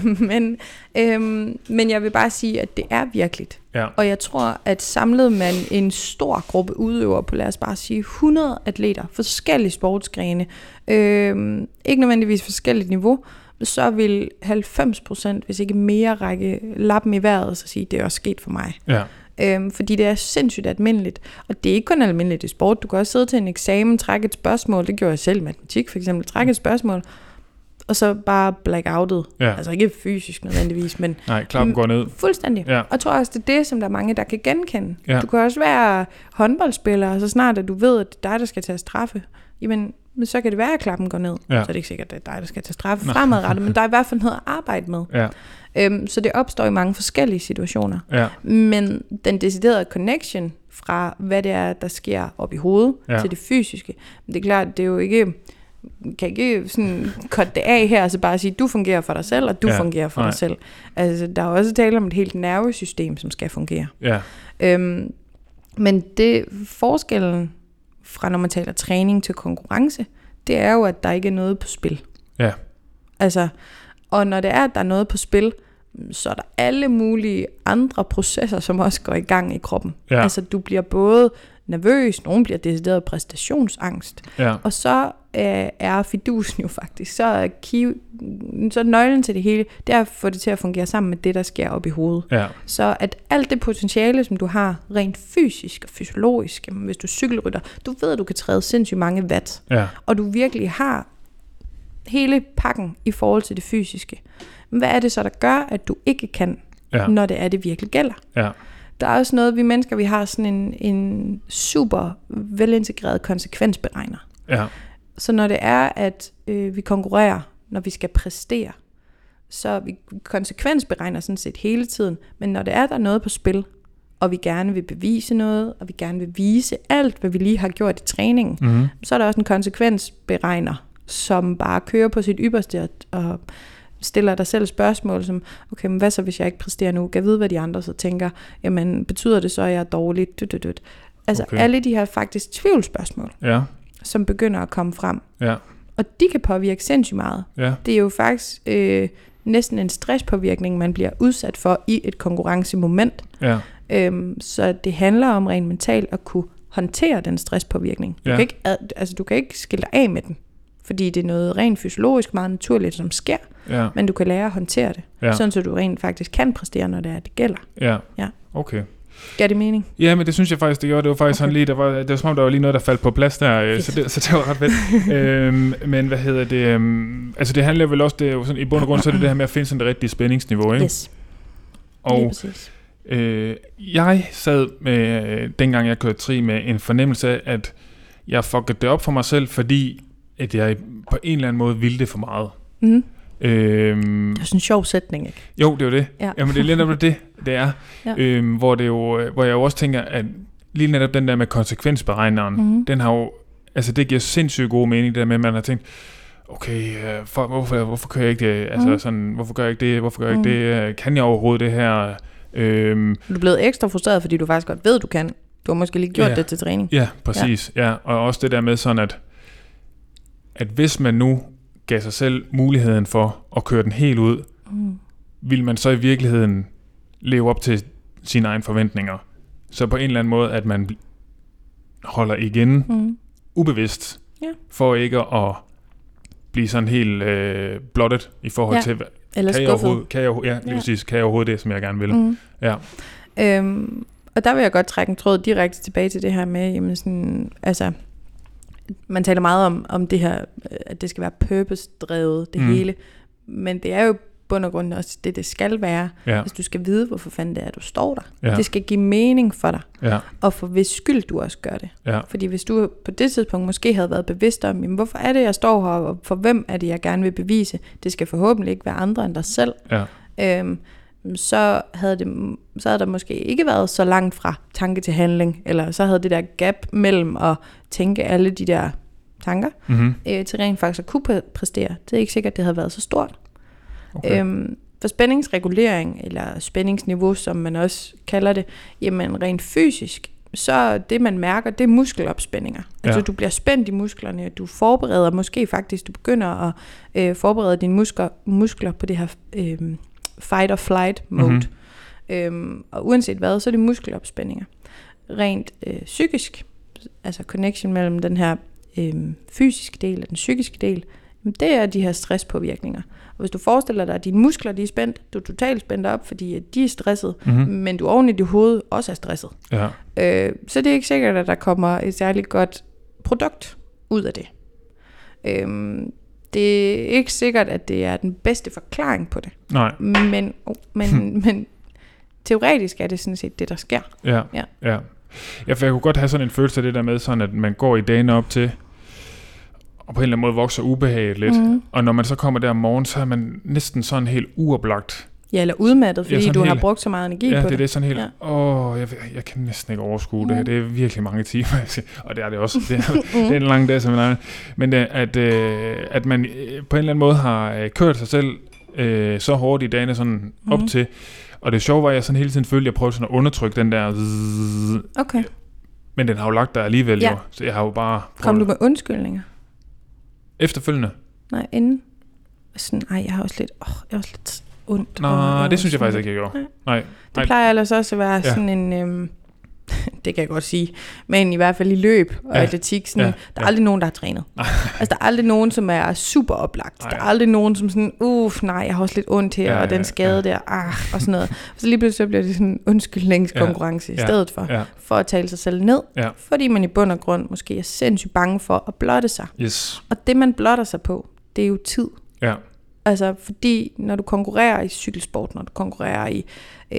Nej. men jeg vil bare sige, at det er virkeligt. Ja. Og jeg tror, at samlede man en stor gruppe udøvere på, lad os bare sige 100 atleter, forskellige sportsgrene, ikke nødvendigvis forskelligt niveau, så vil 90%, hvis ikke mere, række lappen i vejret og så sige, det er også sket for mig. Ja. Fordi det er sindssygt almindeligt. Og det er ikke kun almindeligt i sport. Du kan også sidde til en eksamen, trække et spørgsmål. Det gjorde jeg selv i matematik for eksempel. Trække et spørgsmål, og så bare blackoutet. Ja. Altså ikke fysisk nødvendigvis, men nej, klappen går ned. Fuldstændig. Ja. Og jeg tror også, det er det, som der er mange, der kan genkende. Ja. Du kan også være håndboldspiller, og så snart at du ved, at det er dig, der skal tage straffe, jamen, så kan det være, at klappen går ned. Ja. Så er det ikke sikkert, at det er dig, der skal tage straffe fremadrettet, men der er i hvert fald noget at arbejde med. Ja. Så det opstår i mange forskellige situationer. Ja. Men den deciderede connection fra, hvad det er, der sker op i hovedet, til det fysiske, det er klart, det er jo ikke, kan ikke sådan cutte det af her, og så bare sige, du fungerer for dig selv, og du fungerer for dig selv. Altså, der er også tale om et helt nervesystem, som skal fungere. Ja. Men det forskellen fra, når man taler træning til konkurrence, det er jo, at der ikke er noget på spil. Ja. Altså, og når det er, at der er noget på spil, så er der alle mulige andre processer, som også går i gang i kroppen. Ja. Altså, du bliver både nervøs, nogen bliver decideret præstationsangst, og så er fidusen jo faktisk, så er nøglen til det hele, det er at få det til at fungere sammen med det, der sker op i hovedet. Ja. Så at alt det potentiale, som du har rent fysisk og fysiologisk, hvis du cykelrytter, du ved, at du kan træde sindssygt mange watt, og du virkelig har hele pakken i forhold til det fysiske. Men hvad er det så, der gør, at du ikke kan, når det er, det virkelig gælder? Ja. Der er også noget, vi mennesker, vi har sådan en super velintegreret konsekvensberegner. Ja. Så når det er, at vi konkurrerer, når vi skal præstere, så vi konsekvensberegner sådan set hele tiden. Men når det er, der er noget på spil, og vi gerne vil bevise noget, og vi gerne vil vise alt, hvad vi lige har gjort i træningen, så er der også en konsekvensberegner, som bare kører på sit ypperste og stiller dig selv spørgsmål som, okay, men hvad så, hvis jeg ikke præsterer nu? Kan jeg vide, hvad de andre så tænker? Jamen, betyder det så, at jeg er dårlig? Altså, alle de her faktisk tvivlsspørgsmål, som begynder at komme frem. Ja. Og de kan påvirke sindssygt meget. Ja. Det er jo faktisk næsten en stresspåvirkning, man bliver udsat for i et konkurrencemoment. Ja. Så det handler om rent mentalt at kunne håndtere den stresspåvirkning. Du kan ikke skille dig af med den, fordi det er noget rent fysiologisk, meget naturligt, som sker, men du kan lære at håndtere det, sådan så du rent faktisk kan præstere, når det gælder. Ja, okay. Gør det mening? Ja, men det synes jeg faktisk, det gjorde. Det var faktisk sådan lige, det var som om, der var lige noget, der faldt på plads der, så det var ret fedt. Men hvad hedder det? Altså det handler vel også, det er jo sådan, i bund og grund, så er det her med at finde sådan det rigtige spændingsniveau, ikke? Yes. Og jeg sad med, dengang jeg kørte tri, med en fornemmelse af, at jeg fuckede det op for mig selv, fordi at jeg på en eller anden måde ville det for meget. Mm. Det er sådan en sjov sætning, ikke? Jo, det er jo det. Ja. Jamen, det er lige netop det er. Ja. Hvor jeg jo også tænker, at lige netop den der med konsekvensberegneren, den har jo, altså det giver sindssygt god mening, det der med, at man har tænkt, okay, hvorfor kører jeg ikke det? Altså sådan, hvorfor gør jeg ikke det? Hvorfor gør jeg ikke det? Kan jeg overhovedet det her? Du er blevet ekstra frustreret, fordi du faktisk godt ved, du kan. Du har måske lige gjort det til træning. Ja, præcis. Ja. Og også det der med sådan, at hvis man nu gav sig selv muligheden for at køre den helt ud, vil man så i virkeligheden leve op til sine egne forventninger? Så på en eller anden måde, at man holder igen ubevidst, for ikke at blive sådan helt blottet i forhold til, eller kan jeg overhovedet det, som jeg gerne vil. Ja. Og der vil jeg godt trække en tråd direkte tilbage til det her med, jamen sådan, altså, man taler meget om det her, at det skal være purpose-drevet, det hele, men det er jo bund og grund også det skal være, hvis du skal vide, hvorfor fanden det er, du står der. Det skal give mening for dig, og for hvis skyld du også gør det. Fordi hvis du på det tidspunkt måske havde været bevidst om, jamen, hvorfor er det, jeg står her, og for hvem er det, jeg gerne vil bevise, det skal forhåbentlig ikke være andre end dig selv, så havde der måske ikke været så langt fra tanke til handling, eller så havde det der gap mellem at tænke alle de der tanker, til rent faktisk at kunne præstere. Det er ikke sikkert, det havde været så stort. Okay. For spændingsregulering, eller spændingsniveau, som man også kalder det, jamen rent fysisk, så det man mærker, det er muskelopspændinger. Altså du bliver spændt i musklerne, du forbereder måske faktisk, du begynder at forberede dine muskler på det her fight or flight mode. Og uanset hvad, så er det muskelopspændinger. Rent psykisk, altså connection mellem den her fysiske del og den psykiske del, det er de her stresspåvirkninger. Og hvis du forestiller dig, at dine muskler de er spændt, du er totalt spændt op, fordi de er stresset, men du oven i dit hoved også er stresset. Så det er ikke sikkert, at der kommer et særligt godt produkt ud af det. Det er ikke sikkert, at det er den bedste forklaring på det. Nej. Men teoretisk er det sådan set det, der sker. Ja, for jeg kunne godt have sådan en følelse af det der med, sådan at man går i dagene op til, og på en eller anden måde vokser ubehaget lidt. Og når man så kommer der om morgenen, så er man næsten sådan helt uoplagt. Ja, eller udmattet, fordi du har brugt så meget energi på det. Ja, det er sådan helt, jeg kan næsten ikke overskue det her. Det er virkelig mange timer, og det er det også. Det er en lang dag, som man men at man på en eller anden måde har kørt sig selv så hårdt i dagene sådan op til, og det sjove var, at jeg sådan hele tiden følte, at jeg prøvede sådan at undertrykke den der. Okay. Men den har jo lagt der alligevel jo, så jeg har jo bare. Kom du med undskyldninger? Efterfølgende? Nej, inden. Sådan, jeg har også lidt ondt. Nej, det synes jeg faktisk ikke, jeg gjorde. Nej. Det plejer ellers også at være sådan en, det kan jeg godt sige, men i hvert fald i løb og atletik, sådan, der er aldrig nogen, der har trænet. Altså, der er aldrig nogen, som er super oplagt. Der er aldrig nogen, som sådan, jeg har også lidt ondt her, og den skade der, og sådan noget. Så lige pludselig så bliver det sådan en undskyldningskonkurrence i stedet for at tale sig selv ned, fordi man i bund og grund måske er sindssygt bange for at blotte sig. Yes. Og det, man blotter sig på, det er jo tid. Ja. Altså, fordi når du konkurrerer i cykelsport, når du konkurrerer i,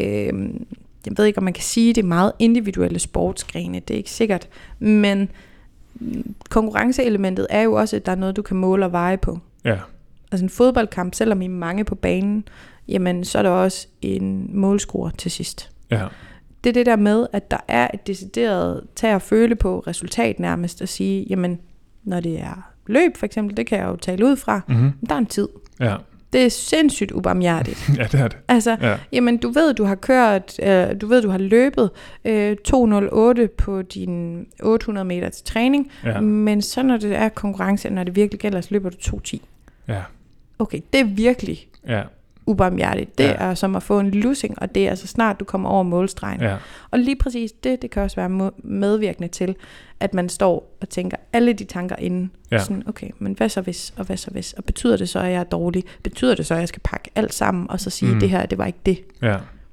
jeg ved ikke, om man kan sige, det er meget individuelle sportsgrene, det er ikke sikkert, men konkurrenceelementet er jo også, at der er noget, du kan måle og veje på. Ja. Altså en fodboldkamp, selvom I er mange på banen, jamen så er der også en målscorer til sidst. Ja. Det er det der med, at der er et decideret tage og føle på resultat nærmest, at sige, jamen når det er løb for eksempel, det kan jeg jo tale ud fra, der er en tid. Ja. Det er sindssygt ubarmhjertigt. Ja, det er det. Altså, jamen du ved, du har kørt, du har løbet 2:08 på din 800 meter til træning, men så når det er konkurrence, når det virkelig gælder, så løber du 2:10. Ja. Okay, det er virkelig ubarmhjertigt. Det er som at få en lussing, og det er så snart du kommer over målstregen. Ja. Og lige præcis det kan også være medvirkende til, at man står og tænker alle de tanker inden. Sådan, okay, men hvad så hvis, og hvad så hvis? Og betyder det så, at jeg er dårlig? Betyder det så, at jeg skal pakke alt sammen, og så sige, det her, det var ikke det? Ja.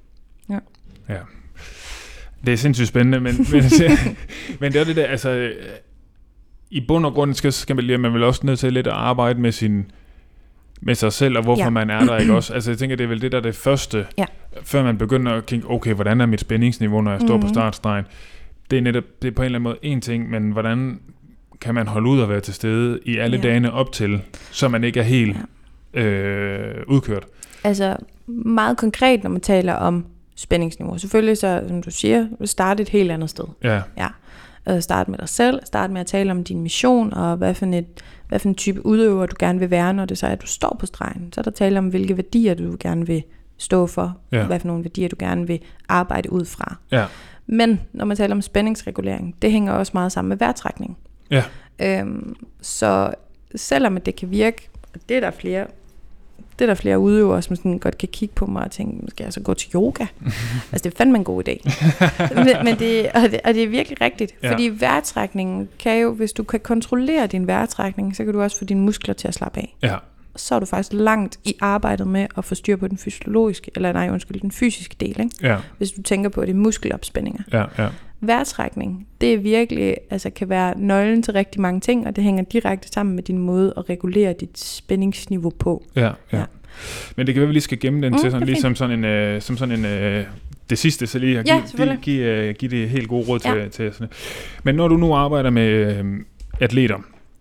Det er sindssygt spændende, men det er det der, altså, i bund og grund skal man vel også nødt til lidt at arbejde med sig selv, og hvorfor man er der, ikke også? Altså, jeg tænker, det er vel det, der er det første, før man begynder at tænke, okay, hvordan er mit spændingsniveau, når jeg står på startstregen? Det er netop, det er på en eller anden måde en ting, men hvordan kan man holde ud og være til stede i alle dagene op til, så man ikke er helt udkørt? Altså, meget konkret, når man taler om spændingsniveau. Selvfølgelig så, som du siger, starte et helt andet sted. Start med dig selv, start med at tale om din mission, og hvad for en type udøver du gerne vil være, når det så er, at du står på stregen. Så er der tale om, hvilke værdier du gerne vil stå for, hvad for nogle værdier du gerne vil arbejde ud fra. Men når man taler om spændingsregulering, det hænger også meget sammen med vejrtrækning. Så selvom det kan virke, og det er der flere Det er der flere udøvere, som sådan godt kan kigge på mig og tænke, skal jeg så gå til yoga? Altså, det er fandme en god idé. men det er virkelig rigtigt. Ja. Fordi vejrtrækningen kan jo, hvis du kan kontrollere din vejrtrækning, så kan du også få dine muskler til at slappe af. Ja. Så er du faktisk langt i arbejdet med at få styr på den den fysiske del, ikke? Ja. Hvis du tænker på det muskelopspændinger. Ja. Vejrtrækning, det er virkelig, altså kan være nøglen til rigtig mange ting, og det hænger direkte sammen med din måde at regulere dit spændingsniveau på. Ja. Men det kan være, vi lige skal gemme den til sådan, lige som sådan en det sidste, så lige at give det helt gode råd til sådan. Men når du nu arbejder med atleter,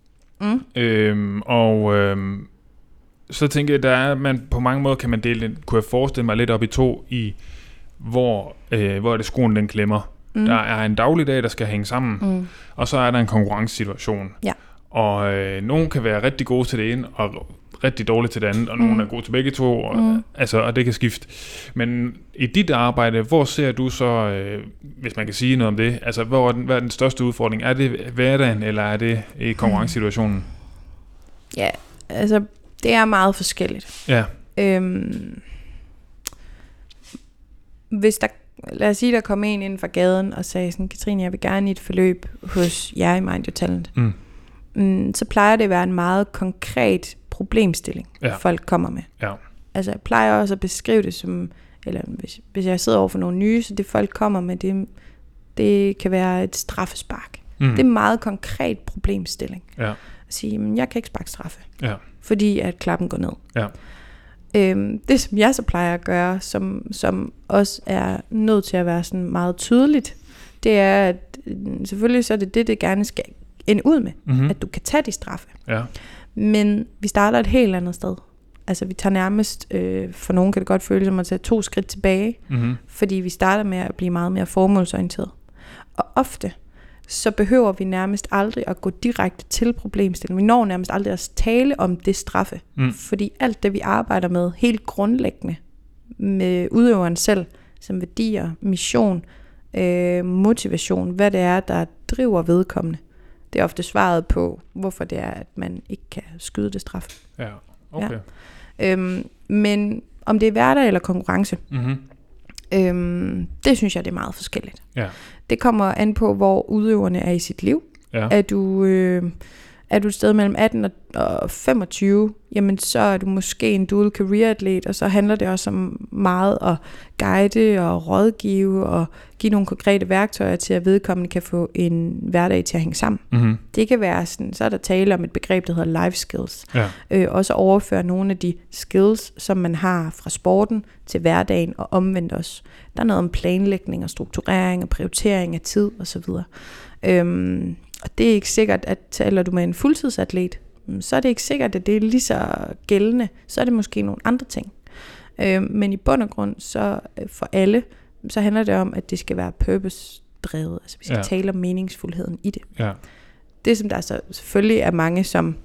så tænker jeg, der er man på mange måder kan man dele, kunne jeg forestille mig lidt op i to i hvor er det skoen den klemmer. Der er en dagligdag, der skal hænge sammen, og så er der en konkurrencesituation. Ja. Og nogen kan være rigtig gode til det ene, og rigtig dårlige til det andet, og nogen er gode til begge to, og det kan skifte. Men i dit arbejde, hvor ser du så, hvis man kan sige noget om det, altså hvad er den største udfordring? Er det hverdagen, eller er det i konkurrencesituationen? Ja, altså det er meget forskelligt. Ja. Hvis der, lad os sige, der kom en inden for gaden og sagde sådan, Katrine, jeg vil gerne i et forløb hos jer i Mind Your Talent. Så plejer det at være en meget konkret problemstilling, folk kommer med. Ja. Altså jeg plejer også at beskrive det som, eller hvis jeg sidder over for nogle nye, så det folk kommer med, det kan være et straffespark. Det er en meget konkret problemstilling. Ja. At sige, jeg kan ikke sparke straffe, fordi at klappen går ned. Ja. Det som jeg så plejer at gøre, som også er nødt til at være sådan meget tydeligt, det er, at selvfølgelig så er det gerne skal ende ud med, at du kan tage de straffe. Ja. Men vi starter et helt andet sted. Altså vi tager nærmest, for nogen kan det godt føles som at tage 2 skridt tilbage, fordi vi starter med at blive meget mere formålsorienteret. Og ofte, så behøver vi nærmest aldrig at gå direkte til problemstillingen. Vi når nærmest aldrig at tale om det straffe. Fordi alt det, vi arbejder med, helt grundlæggende, med udøveren selv, som værdier, mission, motivation, hvad det er, der driver vedkommende. Det er ofte svaret på, hvorfor det er, at man ikke kan skyde det straf. Ja, okay. Ja. Men om det er hverdag eller konkurrence, det synes jeg, det er meget forskelligt. Ja. Det kommer an på, hvor udøverne er i sit liv. Ja. Er du et sted mellem 18 og 25, jamen så er du måske en dual career atlet, og så handler det også om meget at guide og rådgive og give nogle konkrete værktøjer til, at vedkommende kan få en hverdag til at hænge sammen. Det kan være sådan, så er der tale om et begreb, der hedder life skills. Ja. Også overføre nogle af de skills, som man har fra sporten til hverdagen og omvendt også. Der er noget om planlægning og strukturering og prioritering af tid osv. Og det er ikke sikkert, at taler du med en fuldtidsatlet, så er det ikke sikkert, at det er lige så gældende. Så er det måske nogle andre ting. Men i bund og grund, så for alle, så handler det om, at det skal være purpose-drevet. Altså vi skal tale om meningsfuldheden i det. Ja. Det, som der så selvfølgelig er mange, som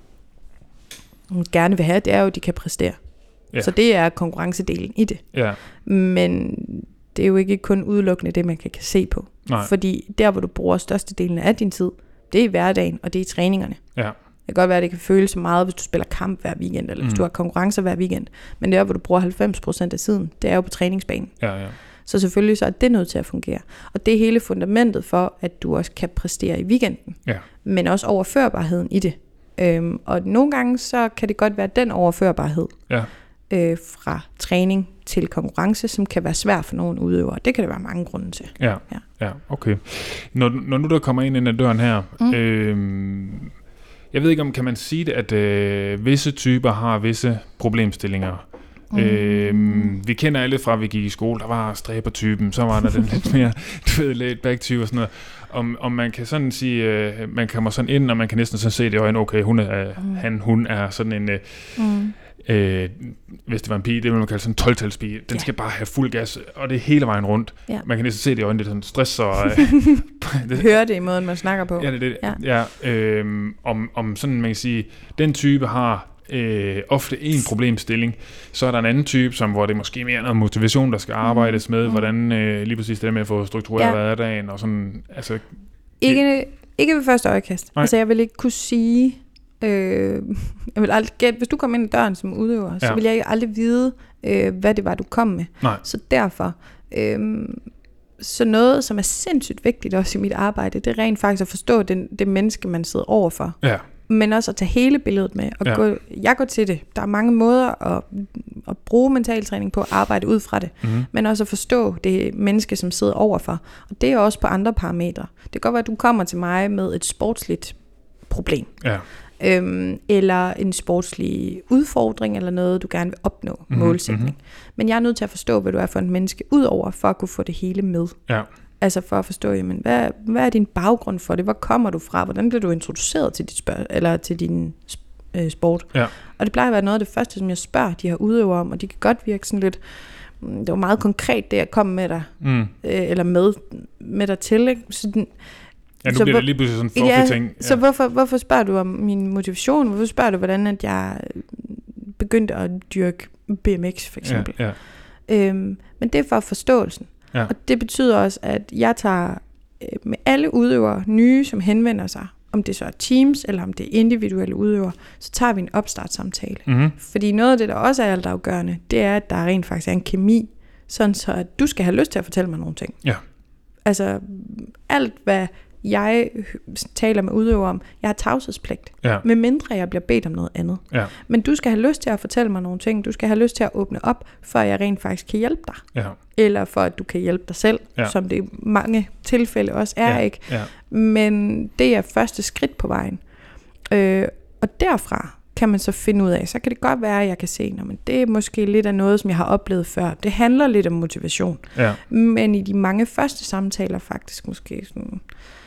gerne vil have, det er jo, at de kan præstere. Ja. Så det er konkurrencedelen i det. Ja. Men det er jo ikke kun udelukkende det, man kan se på. Nej. Fordi der, hvor du bruger størstedelen af din tid, det er i hverdagen, og det er i træningerne. Ja. Det kan godt være, at det kan føles så meget, hvis du spiller kamp hver weekend, eller hvis du har konkurrencer hver weekend. Men der, hvor du bruger 90% af tiden, det er jo på træningsbanen. Ja. Så selvfølgelig så er det nødt til at fungere. Og det er hele fundamentet for, at du også kan præstere i weekenden. Ja. Men også overførbarheden i det. Og nogle gange, så kan det godt være den overførbarhed. Ja. Fra træning til konkurrence, som kan være svært for nogle udøvere. Det kan der være mange grunde til. Ja, okay. Når nu der kommer ind ad døren her, jeg ved ikke om, kan man sige det, at visse typer har visse problemstillinger. Vi kender alle fra, at vi gik i skole, der var stræbertypen, så var der den lidt mere laid back type og sådan noget. Om man kan sådan sige, man kommer sådan ind, og man kan næsten sådan se det i øjnene, okay, hun er sådan en... hvis det var en pige, det vil man kalde sådan en 12-talspige. Den skal bare have fuld gas, og det er hele vejen rundt. Ja. Man kan næsten se det i øjnene, det er sådan stress og... Høre det i måden, man snakker på. Ja, det. Ja. Om sådan, man kan sige, den type har ofte en problemstilling, så er der en anden type, hvor det er måske mere noget motivation, der skal arbejdes med, hvordan lige præcis det med at få struktureret hverdagen og sådan, altså... Ikke ved første øjekast. Nej. Altså, jeg vil ikke kunne sige, Jeg vil aldrig gætte, hvis du kom ind i døren som udøver, så vil jeg aldrig vide, hvad det var, du kom med. Nej. Så derfor, så noget, som er sindssygt vigtigt også i mit arbejde, det er rent faktisk at forstå det menneske, man sidder overfor. Ja. Men også at tage hele billedet med. Og jeg går til det. Der er mange måder at bruge mentaltræning på, at arbejde ud fra det. Mm-hmm. Men også at forstå det menneske, som sidder overfor. Og det er også på andre parametre. Det kan godt være, at du kommer til mig med et sportsligt problem. Ja. Eller en sportslig udfordring, eller noget, du gerne vil opnå, målsætning. Mm-hmm. Men jeg er nødt til at forstå, hvad du er for en menneske udover, for at kunne få det hele med. Ja. Altså for at forstå, jamen, hvad er din baggrund for det? Hvor kommer du fra? Hvordan bliver du introduceret til til din sport? Ja. Og det plejer at være noget af det første, som jeg spørger de her udøvere om, og de kan godt virke sådan lidt, det var meget konkret, det jeg kom med dig, eller med dig til, ikke? Ja, nu bliver det lige pludselig sådan en fluffy ting. Ja. Så hvorfor spørger du om min motivation? Hvorfor spørger du, hvordan at jeg begyndte at dyrke BMX, for eksempel? Ja, ja. Men det er for forståelsen. Ja. Og det betyder også, at jeg tager med alle udøvere, nye, som henvender sig, om det så er teams, eller om det er individuelle udøvere, så tager vi en opstartssamtale. Mm-hmm. Fordi noget af det, der også er altafgørende, det er, at der rent faktisk er en kemi, sådan så at du skal have lyst til at fortælle mig nogle ting. Ja. Altså, alt hvad jeg taler med udøvere om, jeg har tavshedspligt, med mindre jeg bliver bedt om noget andet. Ja. Men du skal have lyst til at fortælle mig nogle ting, du skal have lyst til at åbne op, for at jeg rent faktisk kan hjælpe dig. Ja. Eller for at du kan hjælpe dig selv, som det i mange tilfælde også er, ikke? Ja. Men det er første skridt på vejen. Og derfra kan man så finde ud af, så kan det godt være, at jeg kan se, men det er måske lidt af noget, som jeg har oplevet før. Det handler lidt om motivation. Ja. Men i de mange første samtaler, faktisk måske sådan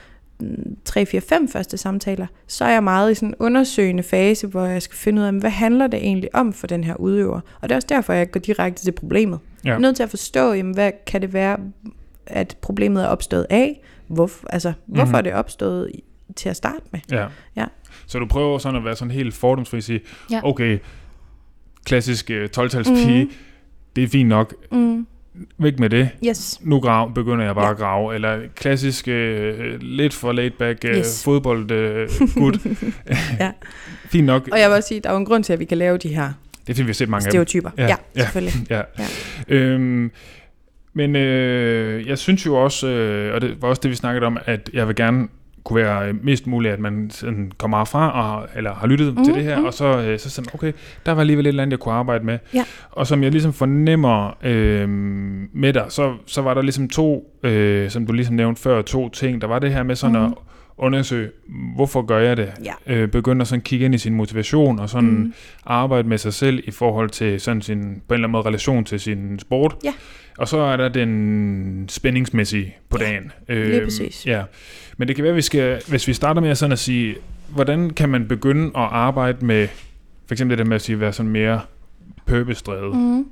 3, 4, 5 første samtaler, så er jeg meget i sådan en undersøgende fase, hvor jeg skal finde ud af, hvad handler det egentlig om for den her udøver. Og det er også derfor, jeg går direkte til problemet. Ja. Jeg er nødt til at forstå, jamen, hvad kan det være, at problemet er opstået af? Hvorfor er det opstået til at starte med? Ja. Ja. Så du prøver sådan at være sådan helt fordomsfri og sige, okay, klassisk 12-talspige, det er fint nok. Væk med det. Yes. Nu begynder jeg bare at grave. Eller klassisk lidt for laid back fodbold good. Ja. Fint nok. Og jeg vil også sige, der er jo en grund til, at vi kan lave de her det er fordi, vi har set mange stereotyper. Ja, selvfølgelig. Ja. Ja. Men jeg synes jo også, og det var også det, vi snakkede om, at jeg vil gerne kunne være mest muligt, at man sådan kommer fra, eller har lyttet til det her, og så sådan, okay, der var alligevel et eller andet, jeg kunne arbejde med. Ja. Og som jeg ligesom fornemmer med dig, så var der ligesom to, som du ligesom nævnte før, to ting. Der var det her med sådan at undersøge, hvorfor gør jeg det? Ja. Begynde at sådan kigge ind i sin motivation, og sådan arbejde med sig selv i forhold til sådan sin, på en eller anden måde, relation til sin sport. Ja. Og så er der den spændingsmæssige på dagen. Lige præcis. Ja. Men det kan være, hvis vi starter med at sådan at sige, hvordan kan man begynde at arbejde med, for eksempel det der med at sige, være sådan mere purpose-drevet?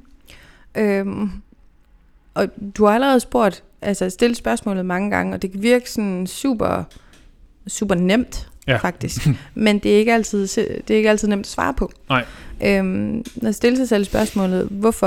Og du har allerede spurgt, altså stillet spørgsmålet mange gange, og det kan virke sådan super, super nemt, faktisk. Men det er ikke altid nemt at svare på. Nej. Når jeg stiller sig selv spørgsmålet,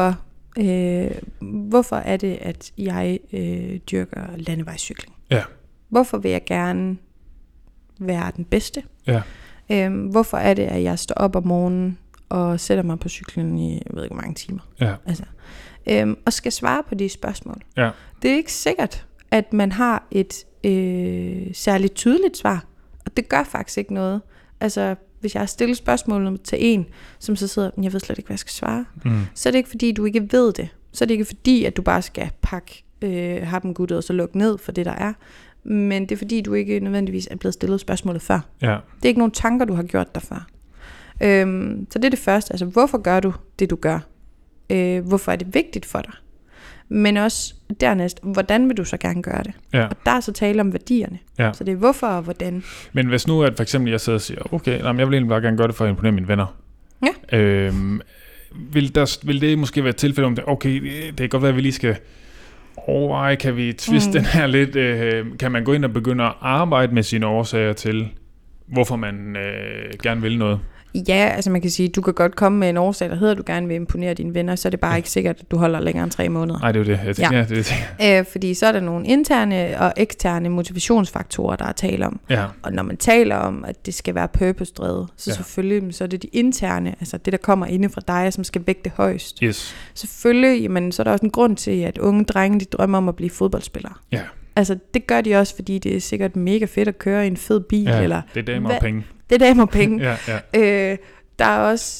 hvorfor er det, at jeg dyrker landevejscykling? Ja. Hvorfor vil jeg gerne være den bedste? Ja. Hvorfor er det, at jeg står op om morgenen og sætter mig på cyklen i, jeg ved ikke hvor mange timer? Ja. Altså, og skal svare på de spørgsmål. Ja. Det er ikke sikkert, at man har et særligt tydeligt svar, og det gør faktisk ikke noget. Altså, hvis jeg har stillet spørgsmålet til en, som så sidder, jeg ved slet ikke, hvad jeg skal svare, så er det ikke fordi, du ikke ved det. Så er det ikke fordi, at du bare skal pakke happenguttet og så lukke ned for det, der er. Men det er fordi, du ikke nødvendigvis er blevet stillet spørgsmålet før. Ja. Det er ikke nogen tanker, du har gjort dig før. Så det er det første. Altså, hvorfor gør du det, du gør? Hvorfor er det vigtigt for dig? Men også dernæst, hvordan vil du så gerne gøre det? Ja. Og der er så tale om værdierne. Ja. Så det er hvorfor og hvordan. Men hvis nu, at for eksempel jeg sidder og siger, okay, jeg vil egentlig bare gerne gøre det for at imponere mine venner. Ja. Vil det måske være et tilfælde om det? Okay, det kan godt være, at vi lige skal overveje, kan vi twiste den her lidt? Kan man gå ind og begynde at arbejde med sine årsager til, hvorfor man gerne vil noget? Ja, altså man kan sige, du kan godt komme med en årsag, der hedder, at du gerne vil imponere dine venner, så er det bare ikke sikkert, at du holder længere end 3 måneder. Nej, det er jo det, jeg tænker. Ja. Ja, det er det. Fordi så er der nogle interne og eksterne motivationsfaktorer, der er tale om. Ja. Og når man taler om, at det skal være purpose-drevet, så selvfølgelig, så er det de interne, altså det, der kommer inde fra dig, som skal vægte højst. Yes. Selvfølgelig, jamen, så er der også en grund til, at unge drenge, de drømmer om at blive fodboldspillere. Ja. Altså, det gør de også, fordi det er sikkert mega fedt at køre i en fed bil. Ja, eller det er damer og penge. Det er damer og penge. Ja. Der er også,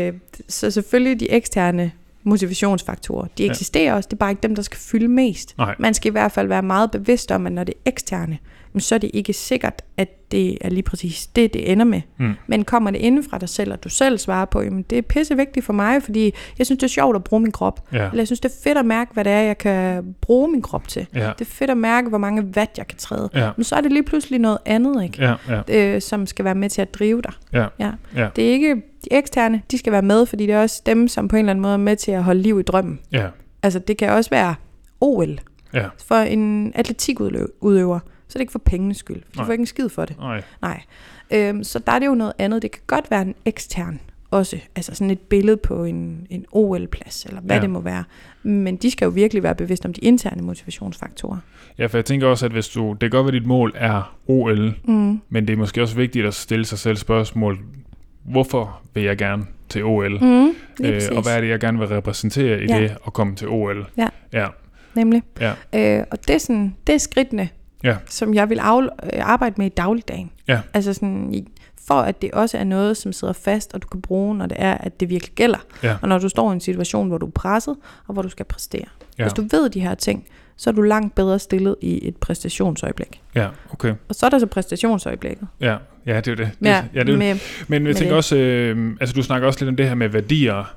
så selvfølgelig de eksterne motivationsfaktorer. De eksisterer også, det er bare ikke dem, der skal fylde mest. Nej. Man skal i hvert fald være meget bevidst om, at når det er eksterne, så er det ikke sikkert, at det er lige præcis det ender med. Men kommer det inden fra dig selv, og du selv svarer på, jamen det er pissevigtigt for mig, fordi jeg synes, det er sjovt at bruge min krop. Ja. Eller jeg synes, det er fedt at mærke, hvad det er, jeg kan bruge min krop til. Ja. Det er fedt at mærke, hvor mange watt jeg kan træde. Ja. Men så er det lige pludselig noget andet, ikke? Ja. Som skal være med til at drive dig. Ja. Ja. Ja. Det er ikke de eksterne, de skal være med, fordi det er også dem, som på en eller anden måde er med til at holde liv i drømmen. Ja. Altså det kan også være OL. Ja. For en atletikudøver, så er det ikke for pengenes skyld. Du får ikke en skid for det. Nej. Så der er det jo noget andet. Det kan godt være en ekstern også. Altså sådan et billede på en OL-plads, eller hvad det må være. Men de skal jo virkelig være bevidste om de interne motivationsfaktorer. Ja, for jeg tænker også, at hvis det kan godt være, at dit mål er OL, men det er måske også vigtigt at stille sig selv spørgsmål. Hvorfor vil jeg gerne til OL? Og hvad er det, jeg gerne vil repræsentere i det at komme til OL? Ja. Nemlig. Ja. Og det er skridtene, som jeg vil arbejde med i dagligdagen. Ja. Altså sådan, for at det også er noget, som sidder fast, og du kan bruge, når det er, at det virkelig gælder. Ja. Og når du står i en situation, hvor du er presset, og hvor du skal præstere. Ja. Hvis du ved de her ting, så er du langt bedre stillet i et præstationsøjeblik. Ja, okay. Og så er der så præstationsøjeblikket. Ja, det er jo det. Men jeg tænker også, altså du snakker også lidt om det her med værdier.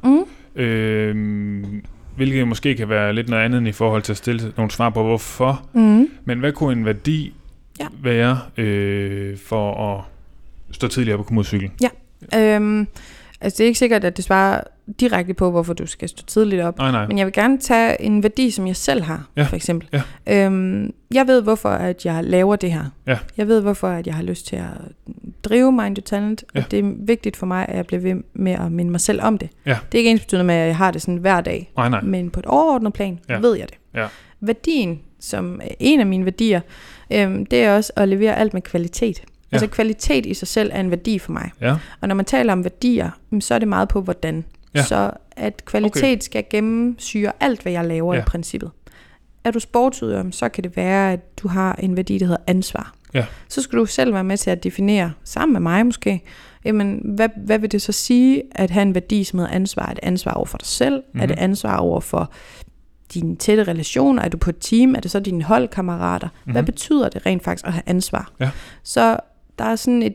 Hvilket måske kan være lidt noget andet i forhold til at stille nogle svar på, hvorfor. Men hvad kunne en værdi være for at stå tidligere på at komme ud cykel? Ja, altså det er ikke sikkert, at det svarer direkte på, hvorfor du skal stå tidligt op. Nej. Men jeg vil gerne tage en værdi, som jeg selv har, for eksempel. Ja. Jeg ved, hvorfor at jeg laver det her. Ja. Jeg ved, hvorfor at jeg har lyst til at drive Mind Your Talent, og det er vigtigt for mig, at jeg bliver ved med at minde mig selv om det. Ja. Det er ikke ensbetydende med, at jeg har det sådan hver dag. Nej. Men på et overordnet plan ved jeg det. Ja. Værdien, som er en af mine værdier, det er også at levere alt med kvalitet. Ja. Altså kvalitet i sig selv er en værdi for mig. Ja. Og når man taler om værdier, så er det meget på hvordan. Ja. Så at kvalitet skal gennemsyre alt, hvad jeg laver i princippet. Er du sportsudøver, så kan det være, at du har en værdi, der hedder ansvar. Ja. Så skal du selv være med til at definere, sammen med mig måske, jamen, hvad vil det så sige, at have en værdi, som hedder ansvar? Er det ansvar over for dig selv? Er det ansvar over for dine tætte relationer? Er du på et team? Er det så dine holdkammerater? Hvad betyder det rent faktisk at have ansvar? Ja. Så der er sådan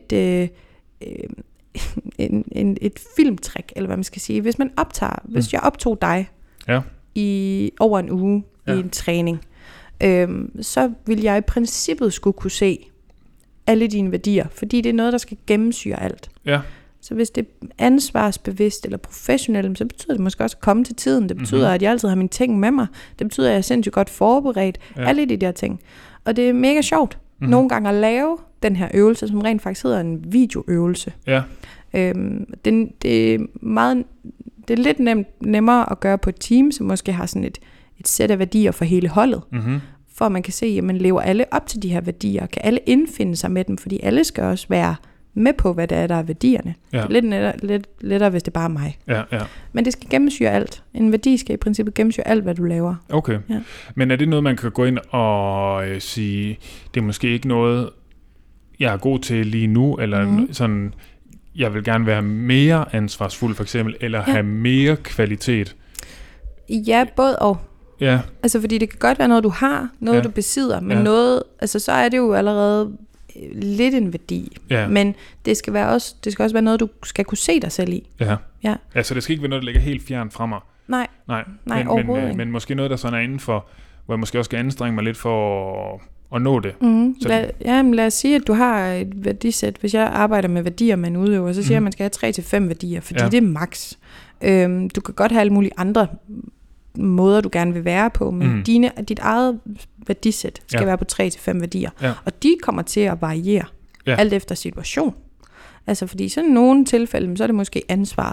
et filmtræk, eller hvad man skal sige. Hvis man hvis jeg optog dig i over en uge i en træning, så vil jeg i princippet skulle kunne se alle dine værdier, fordi det er noget, der skal gennemsyre alt. Ja. Så hvis det er ansvarsbevidst eller professionelt, så betyder det måske også at komme til tiden. Det betyder, at jeg altid har mine ting med mig. Det betyder, at jeg er sindssygt godt forberedt. Alle de der ting. Og det er mega sjovt nogle gange at lave den her øvelse, som rent faktisk hedder en videoøvelse. Ja. Det er lidt nemmere at gøre på et team, som måske har sådan et sæt af værdier for hele holdet. For at man kan se, at man lever alle op til de her værdier. Kan alle indfinde sig med dem, fordi alle skal også være med på, hvad der er værdierne. Ja. Det er lidt lettere, hvis det bare er mig. Ja. Men det skal gennemsyre alt. En værdi skal i princippet gennemsyre alt, hvad du laver. Okay. Ja. Men er det noget, man kan gå ind og sige, det er måske ikke noget, jeg er god til lige nu, eller sådan, jeg vil gerne være mere ansvarsfuld for eksempel, eller have mere kvalitet? Ja, både og. Ja. Altså fordi det kan godt være noget, du har, noget du besidder, men noget, altså så er det jo allerede lidt en værdi, men det skal også være noget, du skal kunne se dig selv i. Ja. Altså det skal ikke være noget, der ligger helt fjern fra mig. Nej, men måske noget, der sådan er inden for, hvor jeg måske også skal anstrenge mig lidt for at nå det. Lad os sige, at du har et værdisæt. Hvis jeg arbejder med værdier, man udøver, så siger jeg, at man skal have 3-5 værdier, fordi det er max. Du kan godt have alle mulige andre måder, du gerne vil være på, men dit eget værdisæt skal være på 3-5 værdier. Ja. Og de kommer til at variere alt efter situation. Altså fordi sådan nogle tilfælde, så er det måske ansvar,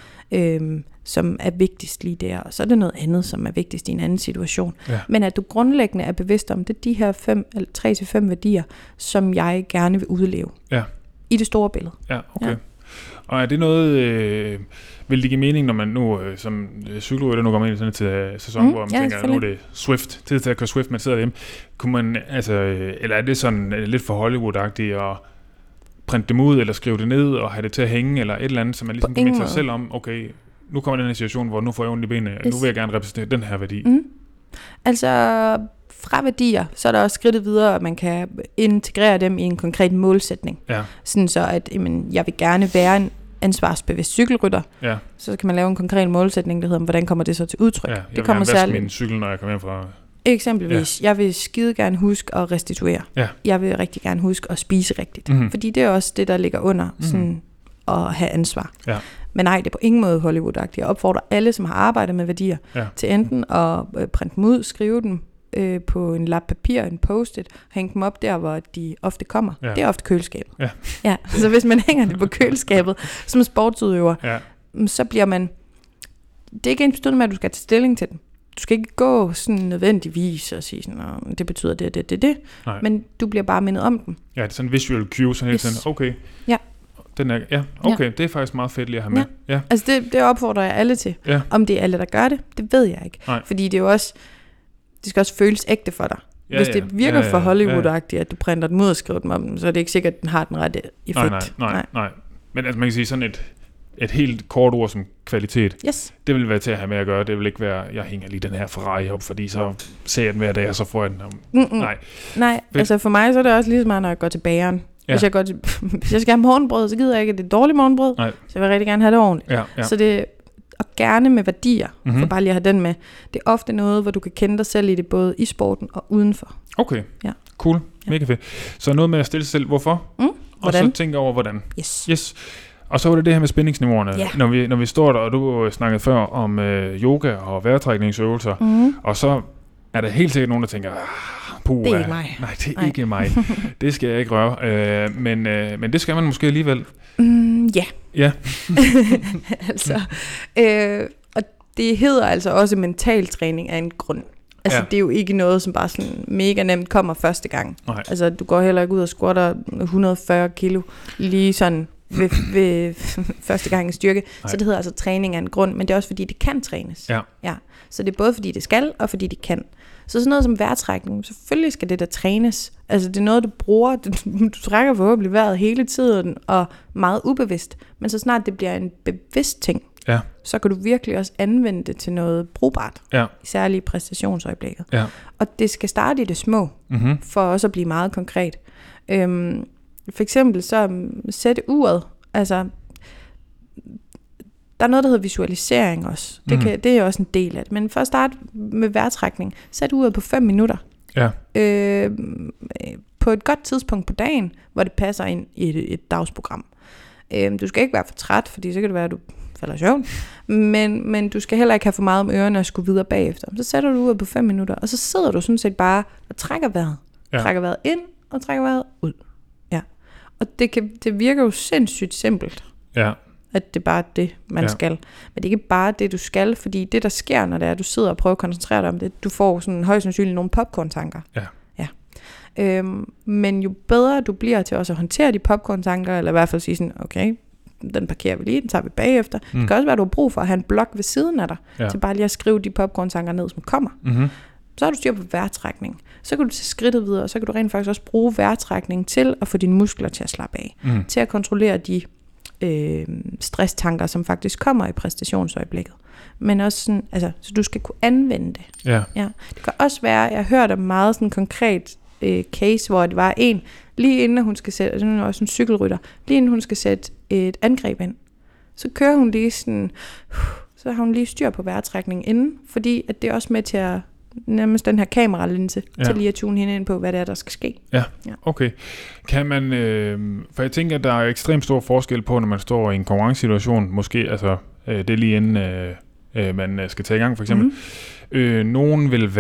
som er vigtigst lige der, og så er det noget andet, som er vigtigst i en anden situation. Ja. Men at du grundlæggende er bevidst om, det er de her 3-5 værdier, som jeg gerne vil udleve. Ja. I det store billede. Ja, okay. Ja. Og er det noget, vil det give mening, når man nu som cykelrytter, nu går man ind i sådan et sæson, hvor man tænker, nu er det Swift, tid til at køre Swift, man sidder hjemme. Kunne man, altså, eller er det sådan lidt for Hollywood-agtigt at printe dem ud, eller skrive det ned, og have det til at hænge, eller et eller andet, så man ligesom kan minde sig selv om, okay, nu kommer den her situation, hvor nu får jeg ondt i benene, nu vil jeg gerne repræsentere den her værdi. Altså, fra værdier, så er der også skridtet videre, at man kan integrere dem i en konkret målsætning. Ja. Sådan så, at jeg vil gerne være en ansvarsbevidst cykelrytter. Ja. Så kan man lave en konkret målsætning, der hedder, hvordan kommer det så til udtryk? Ja, jeg vil gerne vaske min cykel, når jeg kommer hjem fra... Eksempelvis, jeg vil skide gerne huske at restituere. Ja. Jeg vil rigtig gerne huske at spise rigtigt. Fordi det er også det, der ligger under sådan at have ansvar. Ja. Men nej, det er på ingen måde Hollywood-agtigt. Jeg opfordrer alle, som har arbejdet med værdier, til enten at printe dem ud, skrive dem på en lap papir, en post-it, hænge dem op der, hvor de ofte kommer. Ja. Det er ofte køleskabet. Ja. Ja, så hvis man hænger det på køleskabet som sportsudøver, så bliver man... Det er ikke ensbetydende med, at du skal tage stilling til den. Du skal ikke gå sådan nødvendigvis og sige sådan, det betyder det. Men du bliver bare mindet om den. Ja, det er sådan en visual cue, sådan helt sådan, okay. Ja. Det er faktisk meget fedt lige at have med. Ja. Altså det opfordrer jeg alle til. Ja. Om det er alle, der gør det, det ved jeg ikke. Nej. Fordi det er jo også, det skal også føles ægte for dig. Ja, hvis det virker for Hollywood-agtigt, at du printer den ud og skriver dem om, så er det ikke sikkert, at den har den rette effekt. Nej. Men altså man kan sige sådan et helt kort ord som kvalitet, det vil være til at have med at gøre. Det vil ikke være, jeg hænger lige den her Ferrari op, fordi så ser jeg den hver dag, og så får jeg den. Nej, altså for mig så er det også lige så meget, når jeg går til bageren. Ja. Hvis jeg skal have morgenbrød, så gider jeg ikke, at det er dårligt morgenbrød. Nej. Så jeg vil rigtig gerne have det ordentligt. Ja. Så det, og gerne med værdier, for bare lige at have den med, det er ofte noget, hvor du kan kende dig selv i det, både i sporten og udenfor. Okay, cool, mega fedt. Så noget med at stille sig selv, hvorfor? Og så tænke over, hvordan. Yes. Og så var det her med spændingsniveauerne, når vi står der, og du snakkede før om yoga og vejrtrækningsøvelser, og så er der helt sikkert nogen, der tænker, det er ikke mig. Nej, det er ikke mig. Det skal jeg ikke røre. Men det skal man måske alligevel. Ja. Altså, og det hedder altså også mentaltræning af en grund. Altså, det er jo ikke noget, som bare sådan mega nemt kommer første gang. Nej. Altså, du går heller ikke ud og squatter 140 kilo lige sådan ved første gang i styrke. Nej. Så det hedder altså træning af en grund, men det er også fordi, det kan trænes. Ja. Så det er både fordi, det skal, og fordi det kan. Så sådan noget som vejrtrækning, selvfølgelig skal det der trænes. Altså det er noget, du bruger, du trækker forhåbentlig vejret hele tiden, og meget ubevidst. Men så snart det bliver en bevidst ting, så kan du virkelig også anvende det til noget brugbart. Ja. Særligt i præstationsøjeblikket. Ja. Og det skal starte i det små, for også at blive meget konkret. For eksempel så sætte uret, altså der er noget, der hedder visualisering også. Det er også en del af det. Men for at starte med vejrtrækning, sæt uret på 5 minutter. Ja. På et godt tidspunkt på dagen, hvor det passer ind i et dagsprogram. Du skal ikke være for træt, fordi så kan det være, at du falder i søvn. Men du skal heller ikke have for meget om ørerne og skulle videre bagefter. Så sætter du uret på 5 minutter, og så sidder du sådan set bare og trækker vejret. Ja. Trækker vejret ind og trækker vejret ud. Ja. Og det virker jo sindssygt simpelt. Ja. At det er bare det, man skal. Men det er ikke bare det, du skal, fordi det, der sker, når det er, at du sidder og prøver at koncentrere dig om det, du får sådan højst sandsynligt nogle popcorn-tanker. Ja. Men jo bedre du bliver til også at håndtere de popcorn-tanker, eller i hvert fald sige sådan, okay, den parkerer vi lige, den tager vi bagefter. Det kan også være, at du har brug for at have en blok ved siden af dig, til bare lige at skrive de popcorn-tanker ned, som kommer. Så har du styr på vejrtrækning. Så kan du tage skridtet videre, og så kan du rent faktisk også bruge vejrtrækning til at få dine muskler til at slappe af. Til at kontrollere de stresstanker, som faktisk kommer i præstationsøjeblikket. Men også sådan, altså, så du skal kunne anvende det. Ja. Det kan også være, jeg har hørt om meget sådan konkret case, hvor det var en, lige inden hun skal sætte, det er også en cykelrytter, lige inden hun skal sætte et angreb ind, så kører hun lige sådan, så har hun lige styr på vejrtrækningen inden, fordi at det er også med til at nærmest den her kameralinse til lige at tune hende ind på, hvad det er, der skal ske. Ja. Okay. Kan man, for jeg tænker, at der er ekstremt stor forskel på, når man står i en konkurrencesituation, måske, altså det er lige inden man skal tage i gang, for eksempel. Nogen vil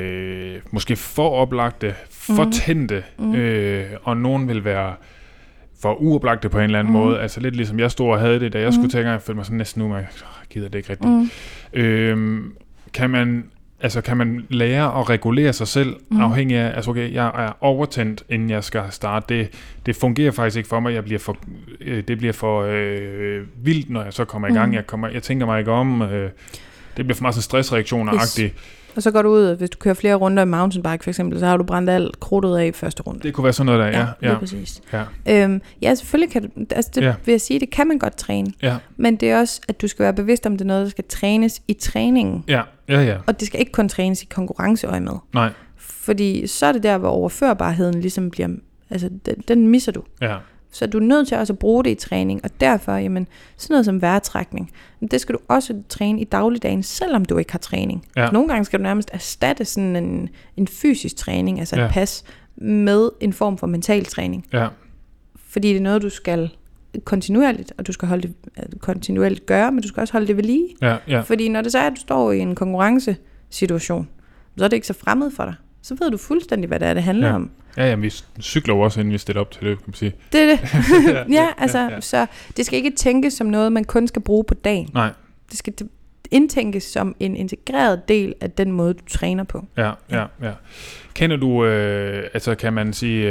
være måske for oplagte, for tændte, og nogen vil være for uoplagte på en eller anden måde. Altså lidt ligesom jeg stod og havde det, da jeg skulle tænke, jeg følte mig sådan næsten nu, jeg gider det ikke rigtigt. Kan man lære at regulere sig selv afhængig af, altså okay, jeg er overtændt, inden jeg skal starte. Det fungerer faktisk ikke for mig. Det bliver for vildt, når jeg så kommer i gang. Jeg tænker mig ikke om. Det bliver for meget sådan stressreaktioner-agtigt. Og så går du ud, hvis du kører flere runder i mountainbike for eksempel, så har du brændt alt krudtet af i første runde. Det kunne være sådan noget der, ja. Det er præcis. Ja. Selvfølgelig kan du, altså det vil jeg sige, det kan man godt træne. Ja. Men det er også, at du skal være bevidst om, det er noget, der skal trænes i træningen. Ja. Og det skal ikke kun trænes i konkurrenceøje med. Nej. Fordi så er det der, hvor overførbarheden ligesom bliver, altså den misser du. Ja. Så du er nødt til også at bruge det i træning, og derfor, jamen, sådan noget som vejrtrækning, det skal du også træne i dagligdagen, selvom du ikke har træning. Ja. Nogle gange skal du nærmest erstatte sådan en fysisk træning, altså et pas, med en form for mental træning. Ja. Fordi det er noget, du skal kontinuerligt, og du skal holde det kontinuerligt gøre, men du skal også holde det ved lige. Ja. Fordi når det så er, at du står i en konkurrencesituation, så er det ikke så fremmed for dig. Så ved du fuldstændig, hvad det handler om. Ja, vi cykler jo også, inden vi stiller op til det, kan man sige. Det er det. Så det skal ikke tænkes som noget, man kun skal bruge på dagen. Nej. Det skal indtænkes som en integreret del af den måde, du træner på. Ja. Kender du, kan man sige,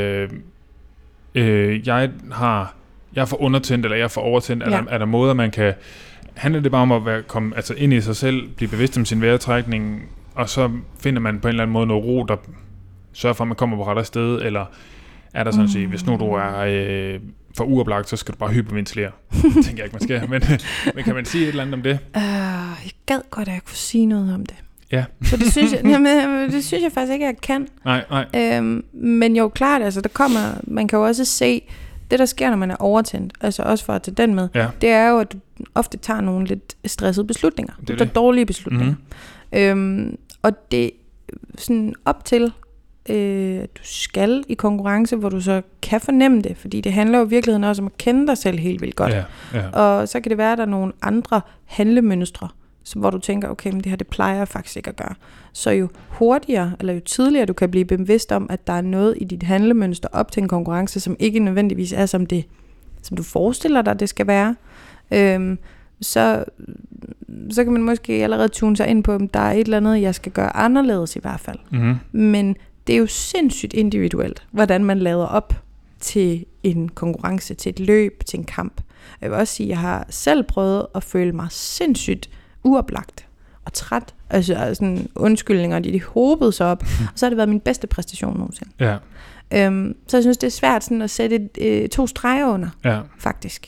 jeg er for undertændt, eller jeg er for overtændt, er der måder, man kan, handler det bare om at komme ind i sig selv, blive bevidst om sin vejrtrækning, og så finder man på en eller anden måde noget ro, der sørger for, at man kommer på rette sted, eller er der sådan at sige, hvis nu du er for uoplagt, så skal du bare hyperventilere. Det tænker jeg ikke, man skal. Men kan man sige et eller andet om det? Jeg gad godt, at jeg kunne sige noget om det. Ja. Så det synes jeg faktisk ikke, at jeg kan. Nej. Men jo, klart, altså man kan jo også se, det der sker, når man er overtændt, altså også for at tage den med, det er jo, at du ofte tager nogle lidt stressede beslutninger. Du tager dårlige beslutninger. Og det sådan op til, at du skal i konkurrence, hvor du så kan fornemme det, fordi det handler jo i virkeligheden også om at kende dig selv helt vildt godt. Ja. Og så kan det være, at der er nogle andre handlemønstre, hvor du tænker, okay, men det her, det plejer jeg faktisk ikke at gøre. Så jo hurtigere, eller jo tidligere du kan blive bevidst om, at der er noget i dit handlemønster op til en konkurrence, som ikke nødvendigvis er som du forestiller dig, det skal være, så kan man måske allerede tune sig ind på, om der er et eller andet, jeg skal gøre anderledes i hvert fald. Men det er jo sindssygt individuelt, hvordan man lader op til en konkurrence, til et løb, til en kamp. Jeg vil også sige, at jeg har selv prøvet at føle mig sindssygt uoplagt og træt. Altså sådan undskyldninger, de hobede sig op, og så har det været min bedste præstation nogensinde. Ja. Så jeg synes, det er svært sådan at sætte 2 streger under, faktisk.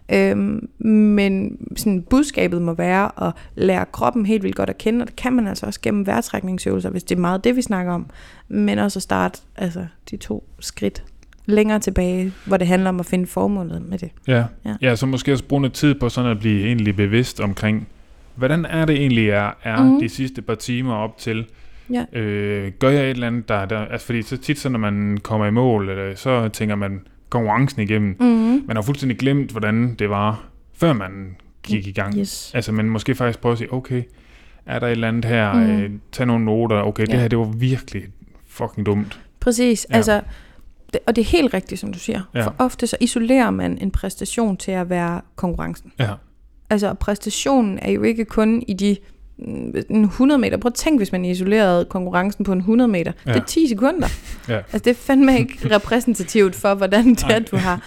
Men sådan budskabet må være at lære kroppen helt vildt godt at kende, og det kan man altså også gennem vejrtrækningsøvelser, hvis det er meget det, vi snakker om, men også at starte de 2 skridt længere tilbage, hvor det handler om at finde formålet med det. Ja, så måske også bruge noget tid på sådan at blive egentlig bevidst omkring, hvordan er det egentlig er de sidste par timer op til. Gør jeg et eller andet, der altså fordi så tit, så når man kommer i mål, så tænker man konkurrencen igennem. Man har fuldstændig glemt, hvordan det var, før man gik i gang. Yes. Altså, man måske faktisk prøve at sige, okay, er der et eller andet her, tag nogle noter, okay, det her, det var virkelig fucking dumt. Præcis, altså, og det er helt rigtigt, som du siger. For ofte så isolerer man en præstation til at være konkurrencen. Altså, præstationen er jo ikke kun i de 100 meter. Prøv at tænke, hvis man isolerede konkurrencen på en 100 meter. Det er 10 sekunder. Altså, det er fandme ikke repræsentativt for, hvordan det er, du har.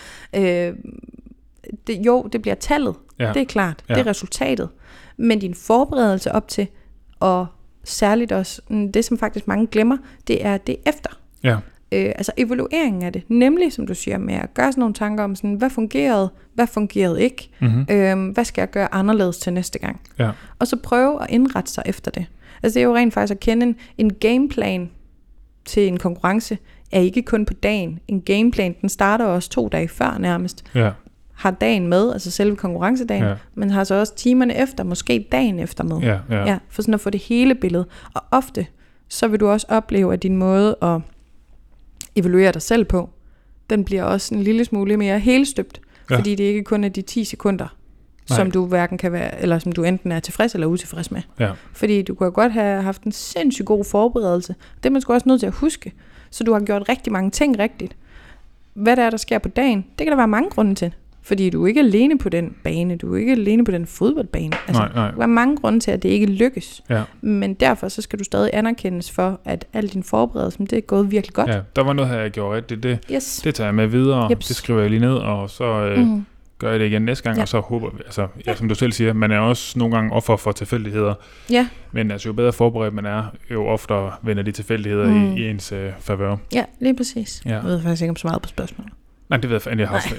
Det bliver tallet. Det er klart. Det er resultatet. Men din forberedelse op til, og særligt også det, som faktisk mange glemmer, det er det efter. Altså evalueringen af det. Nemlig, som du siger, med at gøre sådan nogle tanker om, sådan, hvad fungerede ikke, hvad skal jeg gøre anderledes til næste gang. Og så prøve at indrette sig efter det. Altså det er jo rent faktisk at kende en gameplan til en konkurrence, er ikke kun på dagen. En gameplan, den starter også 2 dage før nærmest. Har dagen med, altså selve konkurrencedagen, men har så også timerne efter, måske dagen efter med. For sådan at få det hele billede. Og ofte, så vil du også opleve, at din måde at evaluere dig selv på, den bliver også en lille smule mere helstøbt, fordi det ikke kun er de 10 sekunder, som du hverken kan være, eller som du enten er tilfreds eller utilfreds med. Fordi du kunne godt have haft en sindssygt god forberedelse. Det er man sgu også nødt til at huske. Så du har gjort rigtig mange ting rigtigt. hvad der er, der sker på dagen. Det kan der være mange grunde til. Fordi du er ikke alene på den bane, du er ikke alene på den fodboldbane. Altså, Nej. der er mange grunde til, at det ikke lykkes. Ja. Men derfor så skal du stadig anerkendes for, at al din forberedelse, det er gået virkelig godt. Ja, der var noget her, jeg gjorde rigtigt. Det tager jeg med videre, Jeps. det skriver jeg lige ned, og så gør jeg det igen næste gang, og så håber vi, altså, som du selv siger, man er også nogle gange offer for tilfældigheder. Ja. Men altså, jo bedre forberedt man er, jo oftere vender de tilfældigheder i ens favør. Ja, lige præcis. Ja. Jeg ved faktisk ikke om så meget på spørgsmålet. Nej, det ved jeg fandme, jeg har også.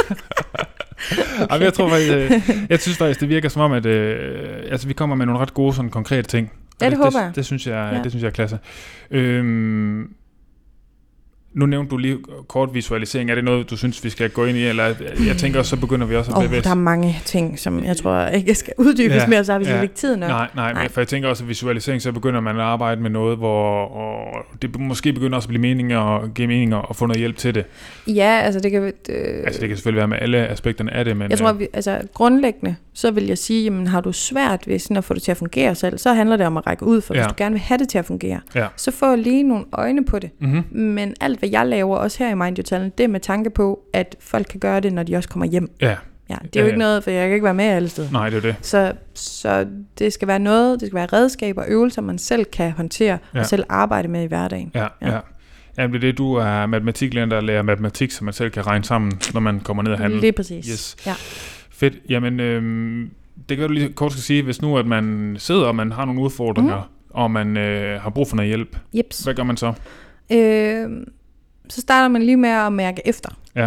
Jeg tror faktisk, jeg synes faktisk, det virker som om, at altså, vi kommer med nogle ret gode, sådan konkrete ting. Ja, det håber jeg. Det synes jeg, det synes jeg er klasse. Nu nævnte du lige kort visualisering. Er det noget, du synes, vi skal gå ind i? Eller jeg tænker også, så begynder vi også at bevæge. Der er mange ting, som jeg tror ikke skal uddybes mere, så har vi ikke tid nok. Nej, for jeg tænker også, at visualisering, så begynder man at arbejde med noget, hvor det måske begynder også at blive meninger og give meninger og få noget hjælp til det. Ja, altså det kan... Altså det kan selvfølgelig være med alle aspekterne af det, men... Jeg tror, grundlæggende, så vil jeg sige, jamen har du svært ved sådan at få det til at fungere selv, så handler det om at række ud, for hvis du gerne vil have det til at fungere, så få lige nogle øjne på det. Men alt, hvad jeg laver, også her i Mind Your Talent, det er med tanke på, at folk kan gøre det, når de også kommer hjem. Ja, det er jo ikke noget, for jeg kan ikke være med alle steder. Nej, det er det. Så det skal være noget, det skal være redskaber og øvelser, man selv kan håndtere og selv arbejde med i hverdagen. Ja. Jamen, det er det, du er matematiklærer, der lærer matematik, så man selv kan regne sammen, når man kommer ned og handle. Lige præcis. Yes. Ja. Fedt. Jamen, det kan du lige kort skal sige, hvis nu, at man sidder, og man har nogle udfordringer, og man har brug for noget hjælp. Jeps. Hvad gør man så? Så starter man lige med at mærke efter. Ja.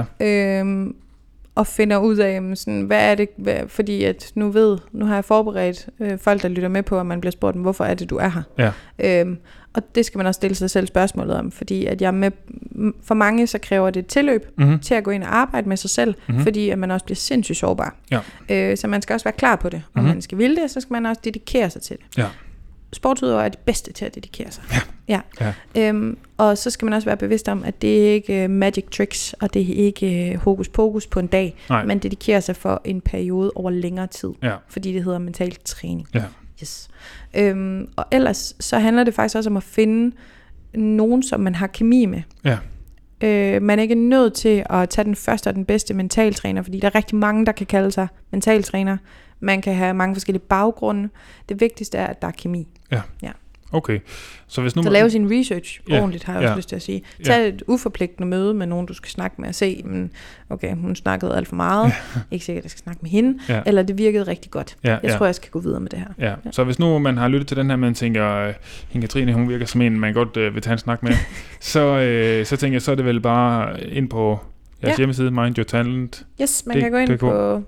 Og finder ud af, sådan, hvad er det, fordi at nu har jeg forberedt folk, der lytter med på, at man bliver spurgt, hvorfor er det, du er her? Ja. Og det skal man også stille sig selv spørgsmålet om, fordi at for mange, så kræver det et tilløb til at gå ind og arbejde med sig selv, fordi at man også bliver sindssygt sårbar. Ja. Så man skal også være klar på det, og man skal ville det, så skal man også dedikere sig til det. Ja. Sportsudøvere er det bedste til at dedikere sig. Ja. Og så skal man også være bevidst om, at det er ikke magic tricks, og det er ikke hokus pokus på en dag. Nej. Man dedikerer sig for en periode over længere tid, fordi det hedder mental træning. Ja. Yes. Og ellers så handler det faktisk også om at finde nogen, som man har kemi med. Ja. Man er ikke nødt til at tage den første og den bedste mentaltræner, fordi der er rigtig mange, der kan kalde sig mentaltræner. Man kan have mange forskellige baggrunde. Det vigtigste er, at der er kemi. Ja. Okay. Så lave sin research ordentligt, har jeg også lyst til at sige. Tag et uforpligtende møde med nogen, du skal snakke med og se, men okay, hun snakkede alt for meget. Ikke sikkert, at jeg skal snakke med hende. Eller det virkede rigtig godt. Jeg tror, jeg skal gå videre med det her. Ja. Så hvis nu man har lyttet til den her, man tænker, hende Katrine, hun virker som en, man godt vil tage en snak med, så tænker jeg, så er det vel bare ind på jeres hjemmeside, Mind Your Talent. Yes, man kan gå ind på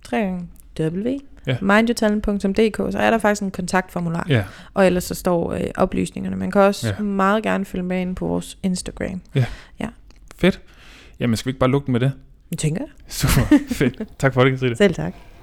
mindyourtalent.dk, så er der faktisk en kontaktformular, og ellers så står oplysningerne. Man kan også meget gerne følge med ind på vores Instagram. Ja. Fedt. Jamen, skal vi ikke bare lukke den med det? Jeg tænker. Super, fedt. Tak for det, Katrine. Selv tak.